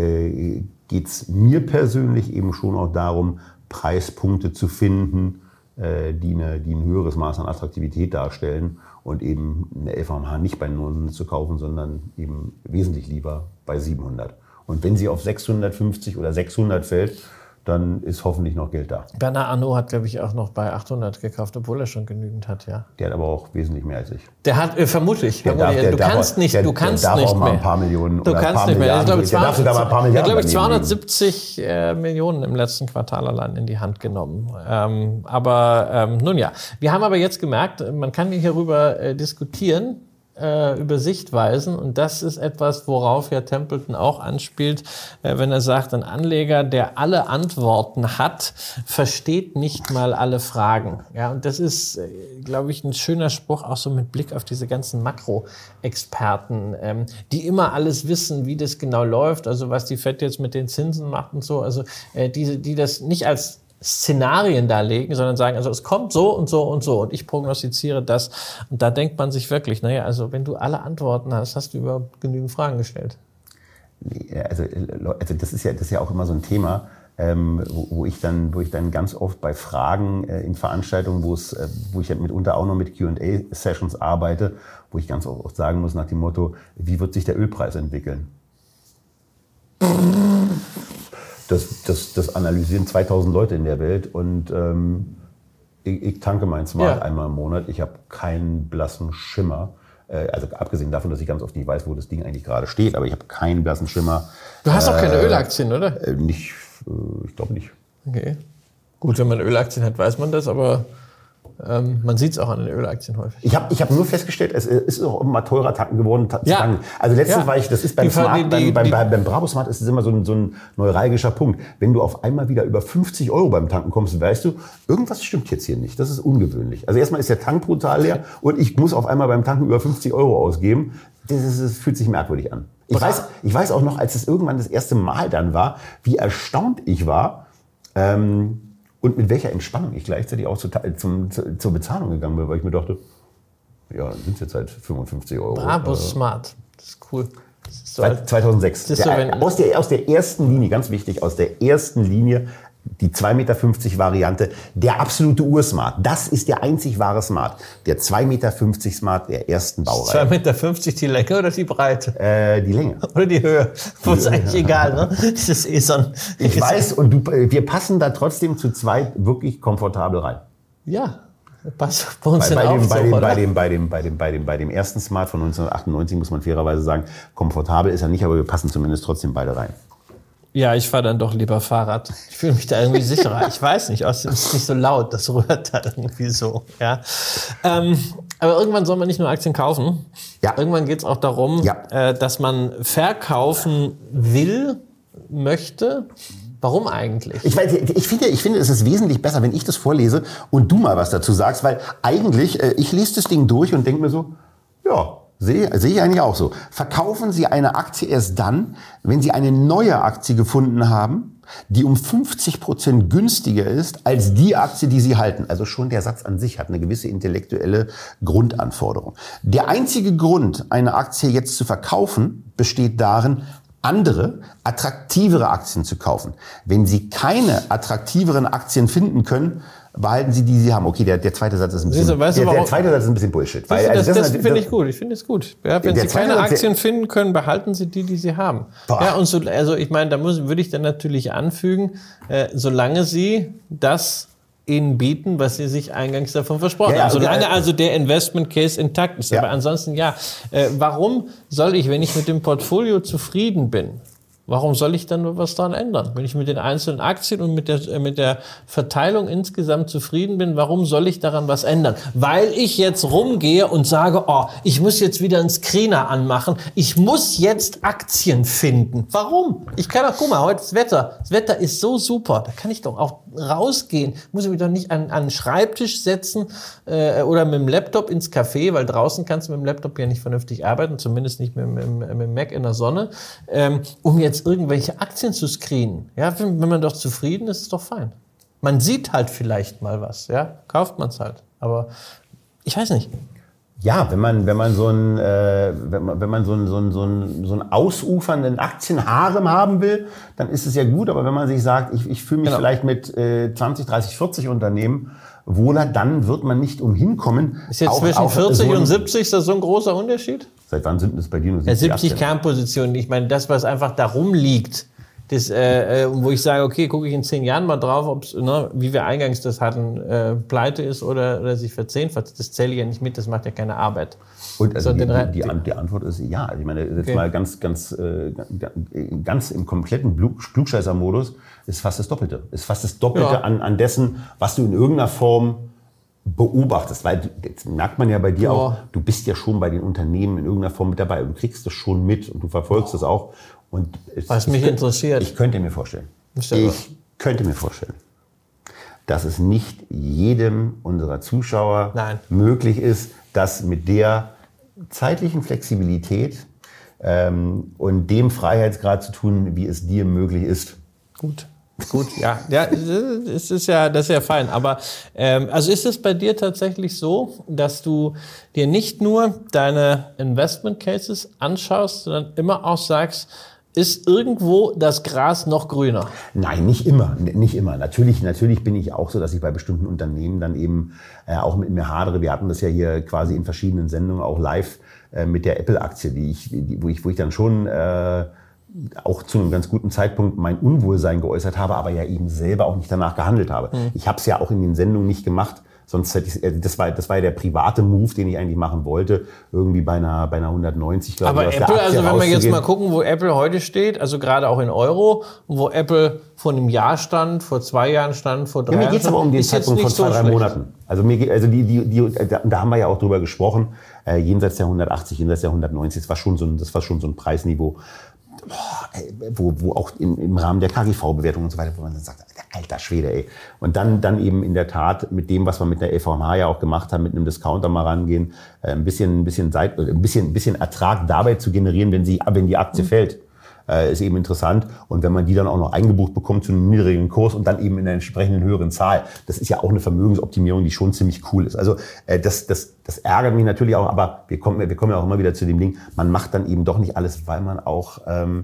äh, geht es mir persönlich eben schon auch darum, Preispunkte zu finden, äh, die, eine, die ein höheres Maß an Attraktivität darstellen und eben eine L V M H nicht bei neunhundert zu kaufen, sondern eben wesentlich lieber bei siebenhundert. Und wenn sie auf sechshundertfünfzig oder sechshundert fällt, dann ist hoffentlich noch Geld da. Bernard Arnault hat, glaube ich, auch noch bei achthundert gekauft, obwohl er schon genügend hat, ja. Der hat aber auch wesentlich mehr als ich. Der hat, äh, vermutlich. Der darf, der du darf kannst auch, nicht, der, du kannst der darf nicht auch mal mehr. ein paar Millionen du oder ein kannst paar nicht mehr. Milliarden. Ich glaube, der darf sogar mal ein paar Milliarden. Er hat, glaube ich, zweihundertsiebzig äh, Millionen im letzten Quartal allein in die Hand genommen. Ähm, aber ähm, nun ja, wir haben aber jetzt gemerkt, man kann hierüber äh, diskutieren, über Sichtweisen, und das ist etwas, worauf ja Templeton auch anspielt, wenn er sagt, ein Anleger, der alle Antworten hat, versteht nicht mal alle Fragen. Ja, und das ist, glaube ich, ein schöner Spruch, auch so mit Blick auf diese ganzen Makroexperten, die immer alles wissen, wie das genau läuft, also was die Fed jetzt mit den Zinsen macht und so, also die, die das nicht als Szenarien darlegen, sondern sagen, also es kommt so und so und so und ich prognostiziere das. Und da denkt man sich wirklich, naja, also wenn du alle Antworten hast, hast du überhaupt genügend Fragen gestellt. Also, also das ist ja, das ist ja auch immer so ein Thema, ähm, wo, wo ich dann, wo ich dann ganz oft bei Fragen äh, in Veranstaltungen, wo es, äh, wo ich ja mitunter auch noch mit Q and A-Sessions arbeite, wo ich ganz oft sagen muss nach dem Motto, wie wird sich der Ölpreis entwickeln? Das, das, das analysieren zweitausend Leute in der Welt und ähm, ich, ich tanke mein Smart ja. einmal im Monat. Ich habe keinen blassen Schimmer. Äh, also abgesehen davon, dass ich ganz oft nicht weiß, wo das Ding eigentlich gerade steht, aber ich habe keinen blassen Schimmer. Du hast äh, auch keine Ölaktien, oder? Äh, nicht, äh, ich glaube nicht. Okay. Gut, wenn man Ölaktien hat, weiß man das, aber ähm, man sieht es auch an den Ölaktien häufig. Ich habe ich hab nur festgestellt, es ist auch immer teurer tanken geworden. Ta- ja. tanken. Also letztens ja. war ich, das ist beim die, Smart, die, die, beim, die, beim, beim Bravo Smart ist es immer so ein, so ein neuralgischer Punkt. Wenn du auf einmal wieder über fünfzig Euro beim Tanken kommst, weißt du, irgendwas stimmt jetzt hier nicht. Das ist ungewöhnlich. Also erstmal ist der Tank brutal leer und ich muss auf einmal beim Tanken über fünfzig Euro ausgeben. Das, ist, das fühlt sich merkwürdig an. Ich weiß, ich weiß auch noch, als es irgendwann das erste Mal dann war, wie erstaunt ich war, ähm, und mit welcher Entspannung ich gleichzeitig auch zu, zum, zu, zur Bezahlung gegangen bin, weil ich mir dachte, ja, dann sind es jetzt halt fünfundfünfzig Euro. Bravo äh, Smart, das ist cool. Das ist du, zweitauntausendsechs. Siehst du, der, aus, der, aus der ersten Linie, ganz wichtig, aus der ersten Linie, die zwei Meter fünfzig Variante, der absolute Ursmart. Das ist der einzig wahre Smart. Der zwei Meter fünfzig Smart der ersten Baureihe. zwei Meter fünfzig die Länge oder die Breite? Äh, die Länge. Oder die Höhe. Das ist eigentlich egal, ne? Das ist eh so ein... Ich weiß, und du, wir passen da trotzdem zu zweit wirklich komfortabel rein. Ja. Passt bei uns bei, bei, dem, auch bei, so, dem, oder? bei, dem, bei, dem, bei, dem, bei, dem, bei dem ersten Smart von neunzehnhundertachtundneunzig muss man fairerweise sagen, komfortabel ist er nicht, aber wir passen zumindest trotzdem beide rein. Ja, ich fahre dann doch lieber Fahrrad. Ich fühle mich da irgendwie sicherer. Ich weiß nicht, außerdem ist es nicht so laut, das rührt da irgendwie so. Ja. Ähm, aber irgendwann soll man nicht nur Aktien kaufen. Ja. Irgendwann geht es auch darum, ja. äh, dass man verkaufen will, möchte. Warum eigentlich? Ich, weiß, ich, finde, ich finde, es ist wesentlich besser, wenn ich das vorlese und du mal was dazu sagst, weil eigentlich, äh, ich lese das Ding durch und denke mir so, ja, sehe seh ich eigentlich auch so. Verkaufen Sie eine Aktie erst dann, wenn Sie eine neue Aktie gefunden haben, die um fünfzig Prozent günstiger ist als die Aktie, die Sie halten. Also schon der Satz an sich hat eine gewisse intellektuelle Grundanforderung. Der einzige Grund, eine Aktie jetzt zu verkaufen, besteht darin, andere, attraktivere Aktien zu kaufen. Wenn Sie keine attraktiveren Aktien finden können, behalten Sie die, Sie haben. Okay, der, der zweite Satz ist ein bisschen, Siehst du, weißt du, der, der warum? zweite Satz ist ein bisschen Bullshit. Weil, Weil, also das das, das das, finde ich gut. Ich finde es gut. Ja, wenn der Sie keine zweite- Aktien finden können, behalten Sie die, die Sie haben. Boah. Ja, und so, also ich meine, da muss, würde ich dann natürlich anfügen, äh, solange Sie das Ihnen bieten, was Sie sich eingangs davon versprochen Ja, ja, haben. Solange ja, also der Investment Case intakt ist. Ja. Aber ansonsten ja. Äh, warum soll ich, wenn ich mit dem Portfolio zufrieden bin, warum soll ich dann nur was daran ändern? Wenn ich mit den einzelnen Aktien und mit der, äh, mit der Verteilung insgesamt zufrieden bin, warum soll ich daran was ändern? Weil ich jetzt rumgehe und sage, oh, ich muss jetzt wieder einen Screener anmachen. Ich muss jetzt Aktien finden. Warum? Ich kann doch, guck mal, heute das Wetter. Das Wetter ist so super. Da kann ich doch auch rausgehen. Muss ich mich doch nicht an, an den Schreibtisch setzen äh, oder mit dem Laptop ins Café, weil draußen kannst du mit dem Laptop ja nicht vernünftig arbeiten, zumindest nicht mit, mit, mit dem Mac in der Sonne, ähm, um jetzt irgendwelche Aktien zu screenen. Ja, wenn, wenn man doch zufrieden ist, ist es doch fein. Man sieht halt vielleicht mal was, ja, kauft man es halt. Aber ich weiß nicht. Ja, wenn man, wenn man so einen, äh, wenn man, wenn man so einen, so einen, so einen, so einen ausufernden Aktienharem haben will, dann ist es ja gut. Aber wenn man sich sagt, ich, ich fühle mich Genau. vielleicht mit äh, zwanzig, dreißig, vierzig Unternehmen wohler, dann wird man nicht umhin kommen. Ist jetzt auch zwischen auf vierzig so ein- und siebzig ist das so ein großer Unterschied? Seit wann sind das bei dir nur Ja, siebzig siebzig Aktien? Kernpositionen. Ich meine, das, was einfach da rumliegt, das, äh, äh, wo ich sage, okay, gucke ich in zehn Jahren mal drauf, ob's, ne, wie wir eingangs das hatten, äh, pleite ist oder, oder sich verzehnfacht, das zähle ich ja nicht mit, das macht ja keine Arbeit. Und also So, die, den Re- die, die, An- die Antwort ist ja. Also ich meine, jetzt Okay. mal ganz, ganz, äh, ganz im kompletten Blu- Klugscheißer-Modus ist fast das Doppelte. Ist fast das Doppelte Ja. an, an dessen, was du in irgendeiner Form beobachtest. Weil du- jetzt merkt man ja bei dir Ja. auch, du bist ja schon bei den Unternehmen in irgendeiner Form mit dabei. Du kriegst das schon mit und du verfolgst es auch. Und es, Was ich mich könnte- interessiert. Ich könnte mir vorstellen. Stell mal. Ich könnte mir vorstellen, dass es nicht jedem unserer Zuschauer Nein. möglich ist, das mit der zeitlichen Flexibilität ähm, und dem Freiheitsgrad zu tun, wie es dir möglich ist. Gut. Gut, ja, ja, es ist ja, das ist ja fein. Aber ähm, also ist es bei dir tatsächlich so, dass du dir nicht nur deine Investment Cases anschaust, sondern immer auch sagst, ist irgendwo das Gras noch grüner? Nein, nicht immer, N- nicht immer. Natürlich, natürlich bin ich auch so, dass ich bei bestimmten Unternehmen dann eben äh, auch mit mir hadere. Wir hatten das ja hier quasi in verschiedenen Sendungen auch live äh, mit der Apple-Aktie, die ich, die, wo ich, wo ich dann schon äh, auch zu einem ganz guten Zeitpunkt mein Unwohlsein geäußert habe, aber ja eben selber auch nicht danach gehandelt habe. Mhm. Ich habe es ja auch in den Sendungen nicht gemacht. Sonst hätte ich, äh, das war, das war ja der private Move, den ich eigentlich machen wollte. Irgendwie bei einer, bei einer hundertneunzig, glaube Aber ich, aus der Apple, Aktie also wenn wir jetzt rauszugehen. mal gucken, wo Apple heute steht, also gerade auch in Euro, wo Apple vor einem Jahr stand, vor zwei Jahren stand, vor drei Ja, mir Jahren geht's stand, aber um den ist jetzt Zeitpunkt von nicht so zwei, drei schlecht. Monaten. Also mir geht, also die, die, die, da, da haben wir ja auch drüber gesprochen. Äh, jenseits der hundertachtzig, jenseits der hundertneunzig, das war schon so ein, das war schon so ein Preisniveau, boah, ey, wo, wo auch in, im Rahmen der K G V-Bewertung und so weiter, wo man dann sagt, alter Schwede, ey. Und dann, dann eben in der Tat mit dem, was wir mit der L V M H ja auch gemacht haben, mit einem Discounter mal rangehen, äh, ein bisschen, ein bisschen Seit, ein bisschen, ein bisschen Ertrag dabei zu generieren, wenn sie, wenn die Aktie fällt. äh, ist eben interessant. Und wenn man die dann auch noch eingebucht bekommt zu einem niedrigen Kurs und dann eben in einer entsprechenden höheren Zahl, das ist ja auch eine Vermögensoptimierung, die schon ziemlich cool ist. Also äh, das, das, das ärgert mich natürlich auch, aber wir kommen, wir kommen ja auch immer wieder zu dem Ding, man macht dann eben doch nicht alles, weil man auch... Ähm,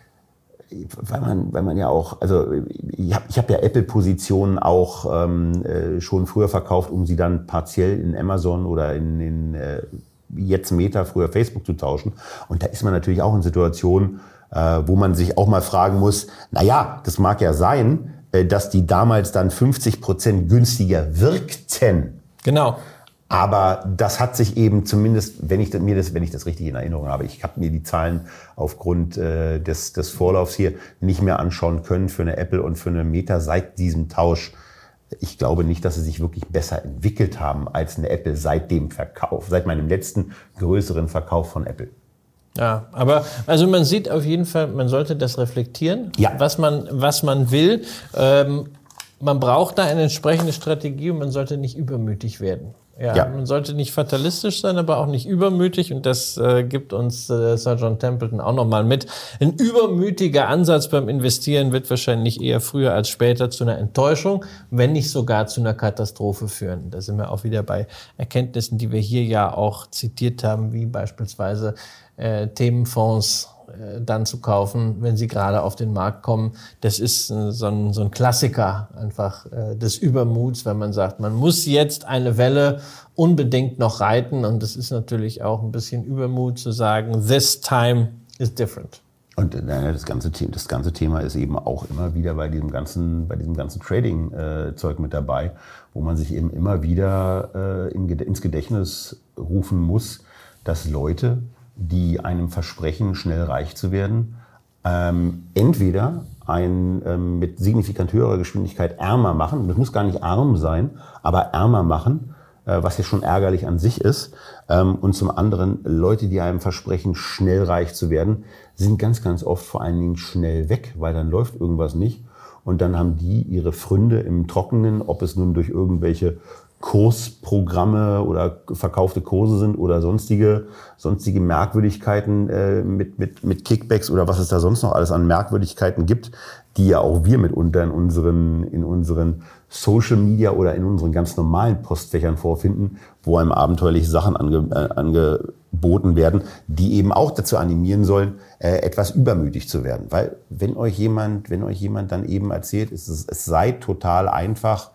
Weil man, weil man ja auch, also ich habe ich hab ja Apple-Positionen auch ähm, äh, schon früher verkauft, um sie dann partiell in Amazon oder in, in äh, jetzt Meta, früher Facebook zu tauschen. Und da ist man natürlich auch in Situationen, äh, wo man sich auch mal fragen muss, naja, das mag ja sein, äh, dass die damals dann fünfzig Prozent günstiger wirkten. Genau. Aber das hat sich eben zumindest, wenn ich das, mir das, wenn ich das richtig in Erinnerung habe, ich habe mir die Zahlen aufgrund äh, des, des Vorlaufs hier nicht mehr anschauen können für eine Apple und für eine Meta seit diesem Tausch. Ich glaube nicht, dass sie sich wirklich besser entwickelt haben als eine Apple seit dem Verkauf, seit meinem letzten größeren Verkauf von Apple. Ja, aber also man sieht auf jeden Fall, man sollte das reflektieren, ja. was man, was man will. Ähm, man braucht da eine entsprechende Strategie und man sollte nicht übermütig werden. Ja, ja, man sollte nicht fatalistisch sein, aber auch nicht übermütig. Und das äh, gibt uns äh, Sir John Templeton auch nochmal mit. Ein übermütiger Ansatz beim Investieren wird wahrscheinlich eher früher als später zu einer Enttäuschung, wenn nicht sogar zu einer Katastrophe führen. Da sind wir auch wieder bei Erkenntnissen, die wir hier ja auch zitiert haben, wie beispielsweise äh, Themenfonds äh, dann zu kaufen, wenn sie gerade auf den Markt kommen. Das ist äh, so, ein, so ein Klassiker einfach äh, des Übermuts, wenn man sagt, man muss jetzt eine Welle unbedingt noch reiten. Und das ist natürlich auch ein bisschen Übermut zu sagen, this time is different. Und äh, das ganze, das ganze Thema ist eben auch immer wieder bei diesem ganzen, bei diesem ganzen Trading-Zeug äh, mit dabei, wo man sich eben immer wieder äh, in, ins Gedächtnis rufen muss, dass Leute, die einem versprechen, schnell reich zu werden, ähm, entweder ein ähm, mit signifikant höherer Geschwindigkeit ärmer machen, das muss gar nicht arm sein, aber ärmer machen, äh, was ja schon ärgerlich an sich ist. Ähm, und zum anderen, Leute, die einem versprechen, schnell reich zu werden, sind ganz, ganz oft vor allen Dingen schnell weg, weil dann läuft irgendwas nicht. Und dann haben die ihre Pfründe im Trockenen, ob es nun durch irgendwelche Kursprogramme oder verkaufte Kurse sind oder sonstige, sonstige Merkwürdigkeiten äh, mit, mit, mit Kickbacks oder was es da sonst noch alles an Merkwürdigkeiten gibt, die ja auch wir mitunter in unseren, in unseren Social Media oder in unseren ganz normalen Postfächern vorfinden, wo einem abenteuerliche Sachen ange, äh, angeboten werden, die eben auch dazu animieren sollen, äh, etwas übermütig zu werden. Weil wenn euch jemand, wenn euch jemand dann eben erzählt, es, es sei total einfach,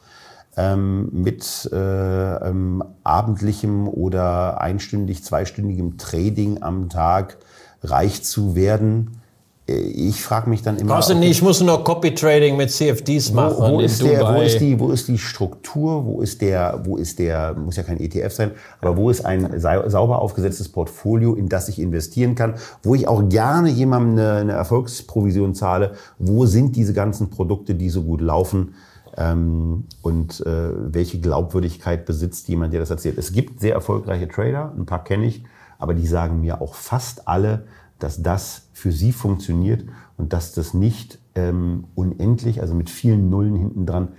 Ähm, mit äh, ähm, abendlichem oder einstündig, zweistündigem Trading am Tag reich zu werden. Ich frage mich dann immer... Brauchst du nicht, ich muss nur Copy-Trading mit C F Ds machen. Wo, wo, in ist der, Dubai. wo, ist die, wo ist die Struktur, wo ist der, wo ist der, muss ja kein E T F sein, aber wo ist ein sauber aufgesetztes Portfolio, in das ich investieren kann, wo ich auch gerne jemandem eine, eine Erfolgsprovision zahle, wo sind diese ganzen Produkte, die so gut laufen? Ähm, und äh, welche Glaubwürdigkeit besitzt jemand, der das erzählt. Es gibt sehr erfolgreiche Trader, ein paar kenne ich, aber die sagen mir auch fast alle, dass das für sie funktioniert und dass das nicht ähm, unendlich, also mit vielen Nullen hinten dran,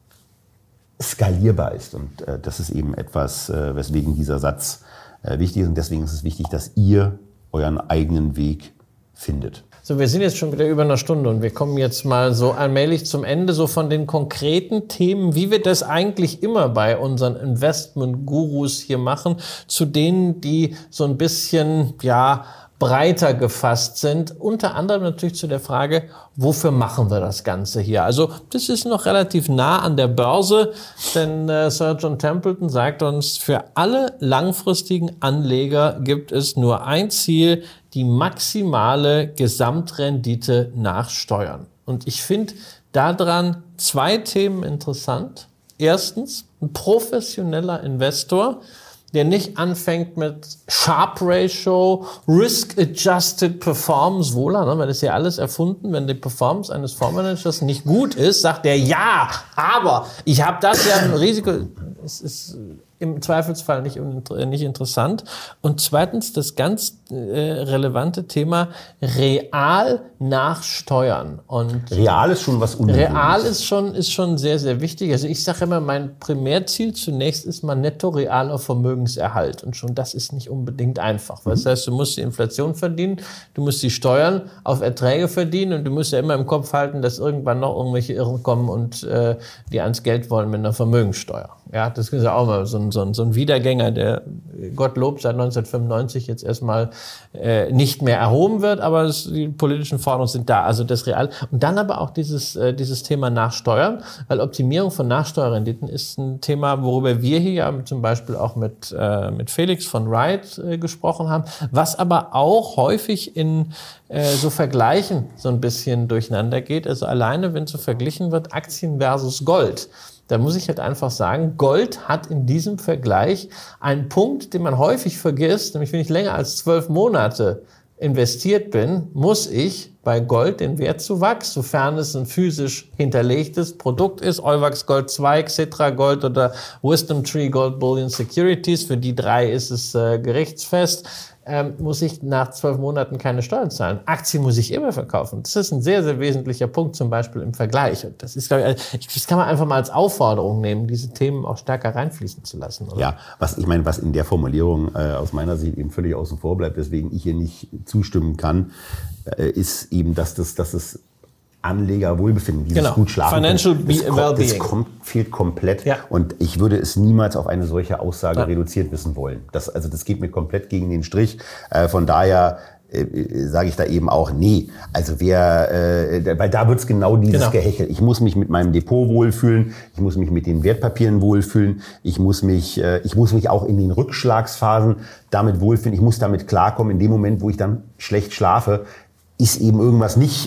skalierbar ist. Und äh, das ist eben etwas, äh, weswegen dieser Satz äh, wichtig ist. Und deswegen ist es wichtig, dass ihr euren eigenen Weg findet. So, wir sind jetzt schon wieder über eine Stunde und wir kommen jetzt mal so allmählich zum Ende, so von den konkreten Themen, wie wir das eigentlich immer bei unseren Investment-Gurus hier machen, zu denen, die so ein bisschen, ja, breiter gefasst sind. Unter anderem natürlich zu der Frage, wofür machen wir das Ganze hier? Also das ist noch relativ nah an der Börse, denn äh, Sir John Templeton sagt uns, für alle langfristigen Anleger gibt es nur ein Ziel, die maximale Gesamtrendite nach Steuern. Und ich finde daran zwei Themen interessant. Erstens, ein professioneller Investor, der nicht anfängt mit Sharpe Ratio, Risk-Adjusted Performance, wohler, ne, weil das ist ja alles erfunden. Wenn die Performance eines Fondsmanagers nicht gut ist, sagt er, ja, aber ich habe das ja ein Risiko. es ist im Zweifelsfall nicht, nicht interessant. Und zweitens das ganz äh, relevante Thema real nachsteuern. Und real ist schon was Ungewöhnliches. Real ist schon, ist schon sehr, sehr wichtig. Also ich sage immer, mein Primärziel zunächst ist mal netto realer Vermögenserhalt. Und schon das ist nicht unbedingt einfach. Mhm. Das heißt, du musst die Inflation verdienen, du musst die Steuern auf Erträge verdienen und du musst ja immer im Kopf halten, dass irgendwann noch irgendwelche Irren kommen und äh, die ans Geld wollen mit einer Vermögenssteuer. Ja, das ist ja auch mal so ein, so ein, so ein Wiedergänger, der Gottlob seit neunzehnhundertfünfundneunzig jetzt erstmal äh, nicht mehr erhoben wird, aber es, die politischen Forderungen sind da, also das Real. Und dann aber auch dieses, äh, dieses Thema Nachsteuern, weil Optimierung von Nachsteuerrenditen ist ein Thema, worüber wir hier ja zum Beispiel auch mit, äh, mit Felix von Wright äh, gesprochen haben, was aber auch häufig in äh, so Vergleichen so ein bisschen durcheinander geht. Also alleine, wenn so verglichen wird, Aktien versus Gold. Da muss ich halt einfach sagen, Gold hat in diesem Vergleich einen Punkt, den man häufig vergisst, nämlich wenn ich länger als zwölf Monate investiert bin, muss ich bei Gold den Wertzuwachs, sofern es ein physisch hinterlegtes Produkt ist, Euwax Gold zwei, Xetra Gold oder Wisdom Tree Gold Bullion Securities, für die drei ist es äh, gerichtsfest, ähm, muss ich nach zwölf Monaten keine Steuern zahlen. Aktien muss ich immer verkaufen. Das ist ein sehr, sehr wesentlicher Punkt, zum Beispiel im Vergleich. Und das ist, glaube ich, das kann man einfach mal als Aufforderung nehmen, diese Themen auch stärker reinfließen zu lassen. Oder? Ja, was ich meine, was in der Formulierung äh, aus meiner Sicht eben völlig außen vor bleibt, weswegen ich hier nicht zustimmen kann, äh, ist eben, dass das, dass das Anlegerwohlbefinden, dieses genau. gut schlafen Financial können, das, well-being. das kommt, fehlt komplett. Ja. Und ich würde es niemals auf eine solche Aussage ja. reduziert wissen wollen. Das, also das geht mir komplett gegen den Strich. Äh, von daher äh, sage ich da eben auch, nee, also wer, äh, weil da wird's genau dieses genau. Gehechel. Ich muss mich mit meinem Depot wohlfühlen, ich muss mich mit den Wertpapieren wohlfühlen, ich muss mich, äh, ich muss mich auch in den Rückschlagsphasen damit wohlfühlen, ich muss damit klarkommen, in dem Moment, wo ich dann schlecht schlafe, ist eben irgendwas nicht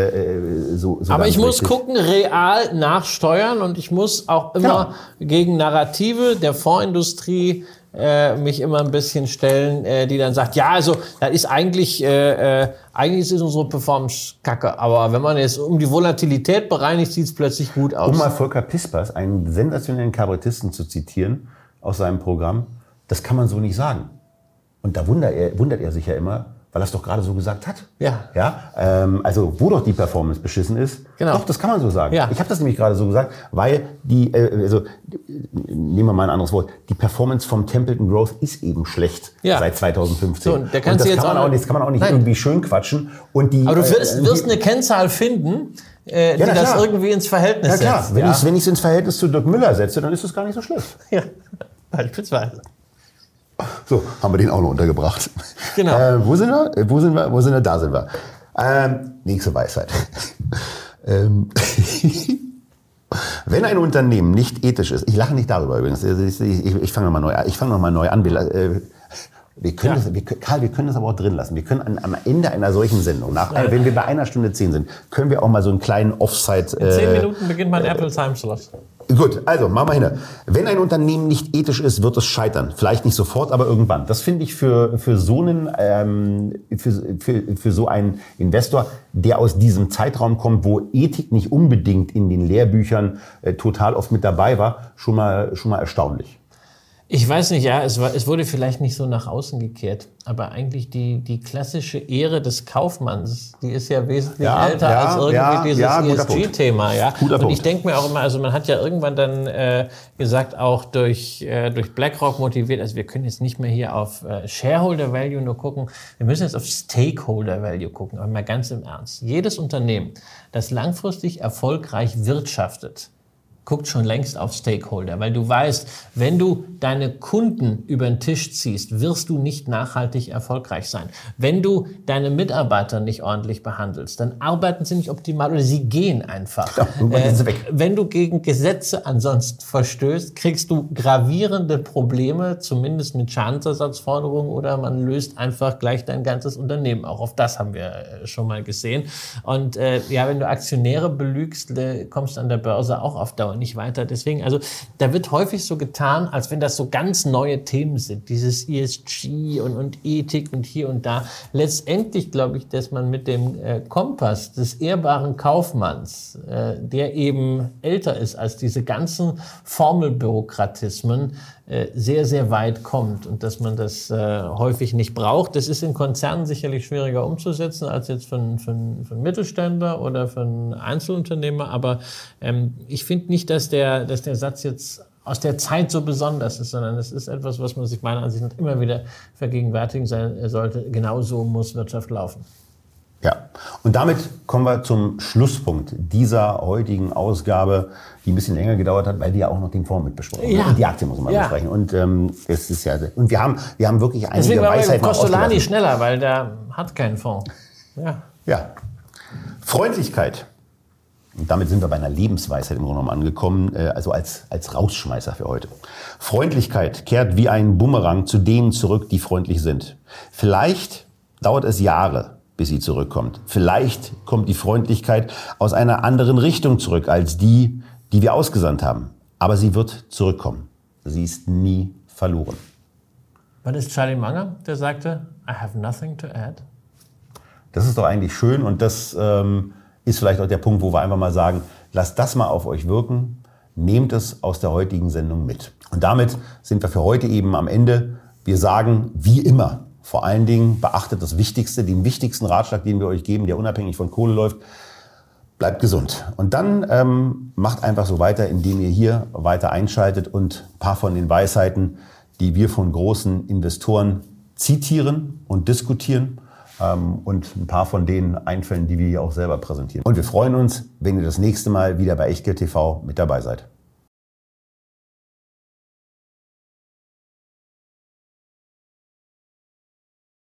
äh, so, so. Aber ich muss richtig. gucken, real nachsteuern und ich muss auch immer genau. gegen Narrative der Fondsindustrie äh, mich immer ein bisschen stellen, äh, die dann sagt, ja, also das ist eigentlich, äh, äh, eigentlich ist unsere Performance kacke, aber wenn man jetzt um die Volatilität bereinigt, sieht es plötzlich gut aus. Um mal Volker Pispers, einen sensationellen Kabarettisten, zu zitieren aus seinem Programm, das kann man so nicht sagen. Und da wundert er, wundert er sich ja immer, weil er es doch gerade so gesagt hat. Ja. Ja. Ähm, also wo doch die Performance beschissen ist. Genau. Doch, das kann man so sagen. Ja. Ich habe das nämlich gerade so gesagt, weil die, äh, also nehmen wir mal ein anderes Wort, die Performance vom Templeton Growth ist eben schlecht ja. seit zweitausendfünfzehn. So, und, der und das, jetzt kann man auch auch nicht, das kann man auch nicht Nein. irgendwie schön quatschen. Und die, aber du wirst, äh, wirst die, eine Kennzahl finden, äh, ja, die das klar. irgendwie ins Verhältnis ja, klar. setzt. Wenn Ja. ich wenn ich es ins Verhältnis zu Dirk Müller setze, dann ist es gar nicht so schlecht. Ja, beispielsweise. So, haben wir den auch noch untergebracht. Genau. Äh, wo sind wir? Wo sind wir? Wo sind wir? Da sind wir. Ähm, nächste Weisheit. ähm, Wenn ein Unternehmen nicht ethisch ist, ich lache nicht darüber übrigens, ich, ich, ich fange nochmal neu an, ich fange nochmal neu an. Wir, äh, wir können Ja. das, wir, Karl, wir können das aber auch drin lassen. Wir können an, am Ende einer solchen Sendung, nach, Ja. wenn wir bei einer Stunde zehn sind, können wir auch mal so einen kleinen Offside. In zehn äh, Minuten beginnt mein Apple Time-Slot. Gut, also machen wir hin. Wenn ein Unternehmen nicht ethisch ist, wird es scheitern. Vielleicht nicht sofort, aber irgendwann. Das finde ich für, für, so einen, ähm, für, für, für so einen Investor, der aus diesem Zeitraum kommt, wo Ethik nicht unbedingt in den Lehrbüchern äh, total oft mit dabei war, schon mal, schon mal erstaunlich. Ich weiß nicht, ja, es, war, es wurde vielleicht nicht so nach außen gekehrt, aber eigentlich die, die klassische Ehre des Kaufmanns, die ist ja wesentlich Ja, älter ja, als irgendwie ja, dieses ja, guter E S G-Thema. Ja? Guter Und Punkt. ich denke mir auch immer, also man hat ja irgendwann dann äh, gesagt, auch durch, äh, durch BlackRock motiviert, also wir können jetzt nicht mehr hier auf äh, Shareholder Value nur gucken, wir müssen jetzt auf Stakeholder Value gucken, aber mal ganz im Ernst. Jedes Unternehmen, das langfristig erfolgreich wirtschaftet, guckt schon längst auf Stakeholder, weil du weißt, wenn du deine Kunden über den Tisch ziehst, wirst du nicht nachhaltig erfolgreich sein. Wenn du deine Mitarbeiter nicht ordentlich behandelst, dann arbeiten sie nicht optimal oder sie gehen einfach. Ja, irgendwann sind sie weg. Wenn du gegen Gesetze ansonsten verstößt, kriegst du gravierende Probleme, zumindest mit Schadensersatzforderungen, oder man löst einfach gleich dein ganzes Unternehmen. Auch auf das haben wir äh, schon mal gesehen. Und äh, ja, wenn du Aktionäre belügst, äh, kommst du an der Börse auch auf Dauer und nicht weiter. Deswegen, also da wird häufig so getan, als wenn das so ganz neue Themen sind. Dieses E S G und, und Ethik und hier und da. Letztendlich glaube ich, dass man mit dem äh, Kompass des ehrbaren Kaufmanns, äh, der eben älter ist als diese ganzen Formelbürokratismen, äh, sehr, sehr weit kommt und dass man das äh, häufig nicht braucht. Das ist in Konzernen sicherlich schwieriger umzusetzen als jetzt für einen, für einen, für einen Mittelständler oder für einen Einzelunternehmer. Aber ähm, ich finde nicht, dass der, dass der Satz jetzt aus der Zeit so besonders ist, sondern es ist etwas, was man sich meiner Ansicht nach immer wieder vergegenwärtigen sein sollte. Genauso muss Wirtschaft laufen. Ja, und damit kommen wir zum Schlusspunkt dieser heutigen Ausgabe, die ein bisschen länger gedauert hat, weil wir ja auch noch den Fonds mit besprochen haben. Ja. Und die Aktie muss man Ja. besprechen. Und ähm, es ist ja, und wir haben, wir haben wirklich einige Deswegen war Weisheiten Costolani ausgelassen. schneller, weil der hat keinen Fonds. Ja. Ja. Freundlichkeit. Und damit sind wir bei einer Lebensweisheit im Grunde genommen angekommen, äh, also als, als Rausschmeißer für heute. Freundlichkeit kehrt wie ein Bumerang zu denen zurück, die freundlich sind. Vielleicht dauert es Jahre, bis sie zurückkommt. Vielleicht kommt die Freundlichkeit aus einer anderen Richtung zurück als die, die wir ausgesandt haben. Aber sie wird zurückkommen. Sie ist nie verloren. War das Charlie Munger, der sagte, I have nothing to add? Das ist doch eigentlich schön und das ähm, ist vielleicht auch der Punkt, wo wir einfach mal sagen, lasst das mal auf euch wirken, nehmt es aus der heutigen Sendung mit. Und damit sind wir für heute eben am Ende. Wir sagen, wie immer, vor allen Dingen beachtet das Wichtigste, den wichtigsten Ratschlag, den wir euch geben, der unabhängig von Kohle läuft, bleibt gesund. Und dann ähm, macht einfach so weiter, indem ihr hier weiter einschaltet und ein paar von den Weisheiten, die wir von großen Investoren zitieren und diskutieren, ähm, und ein paar von den Einfällen, die wir hier auch selber präsentieren. Und wir freuen uns, wenn ihr das nächste Mal wieder bei Echtgeld T V mit dabei seid.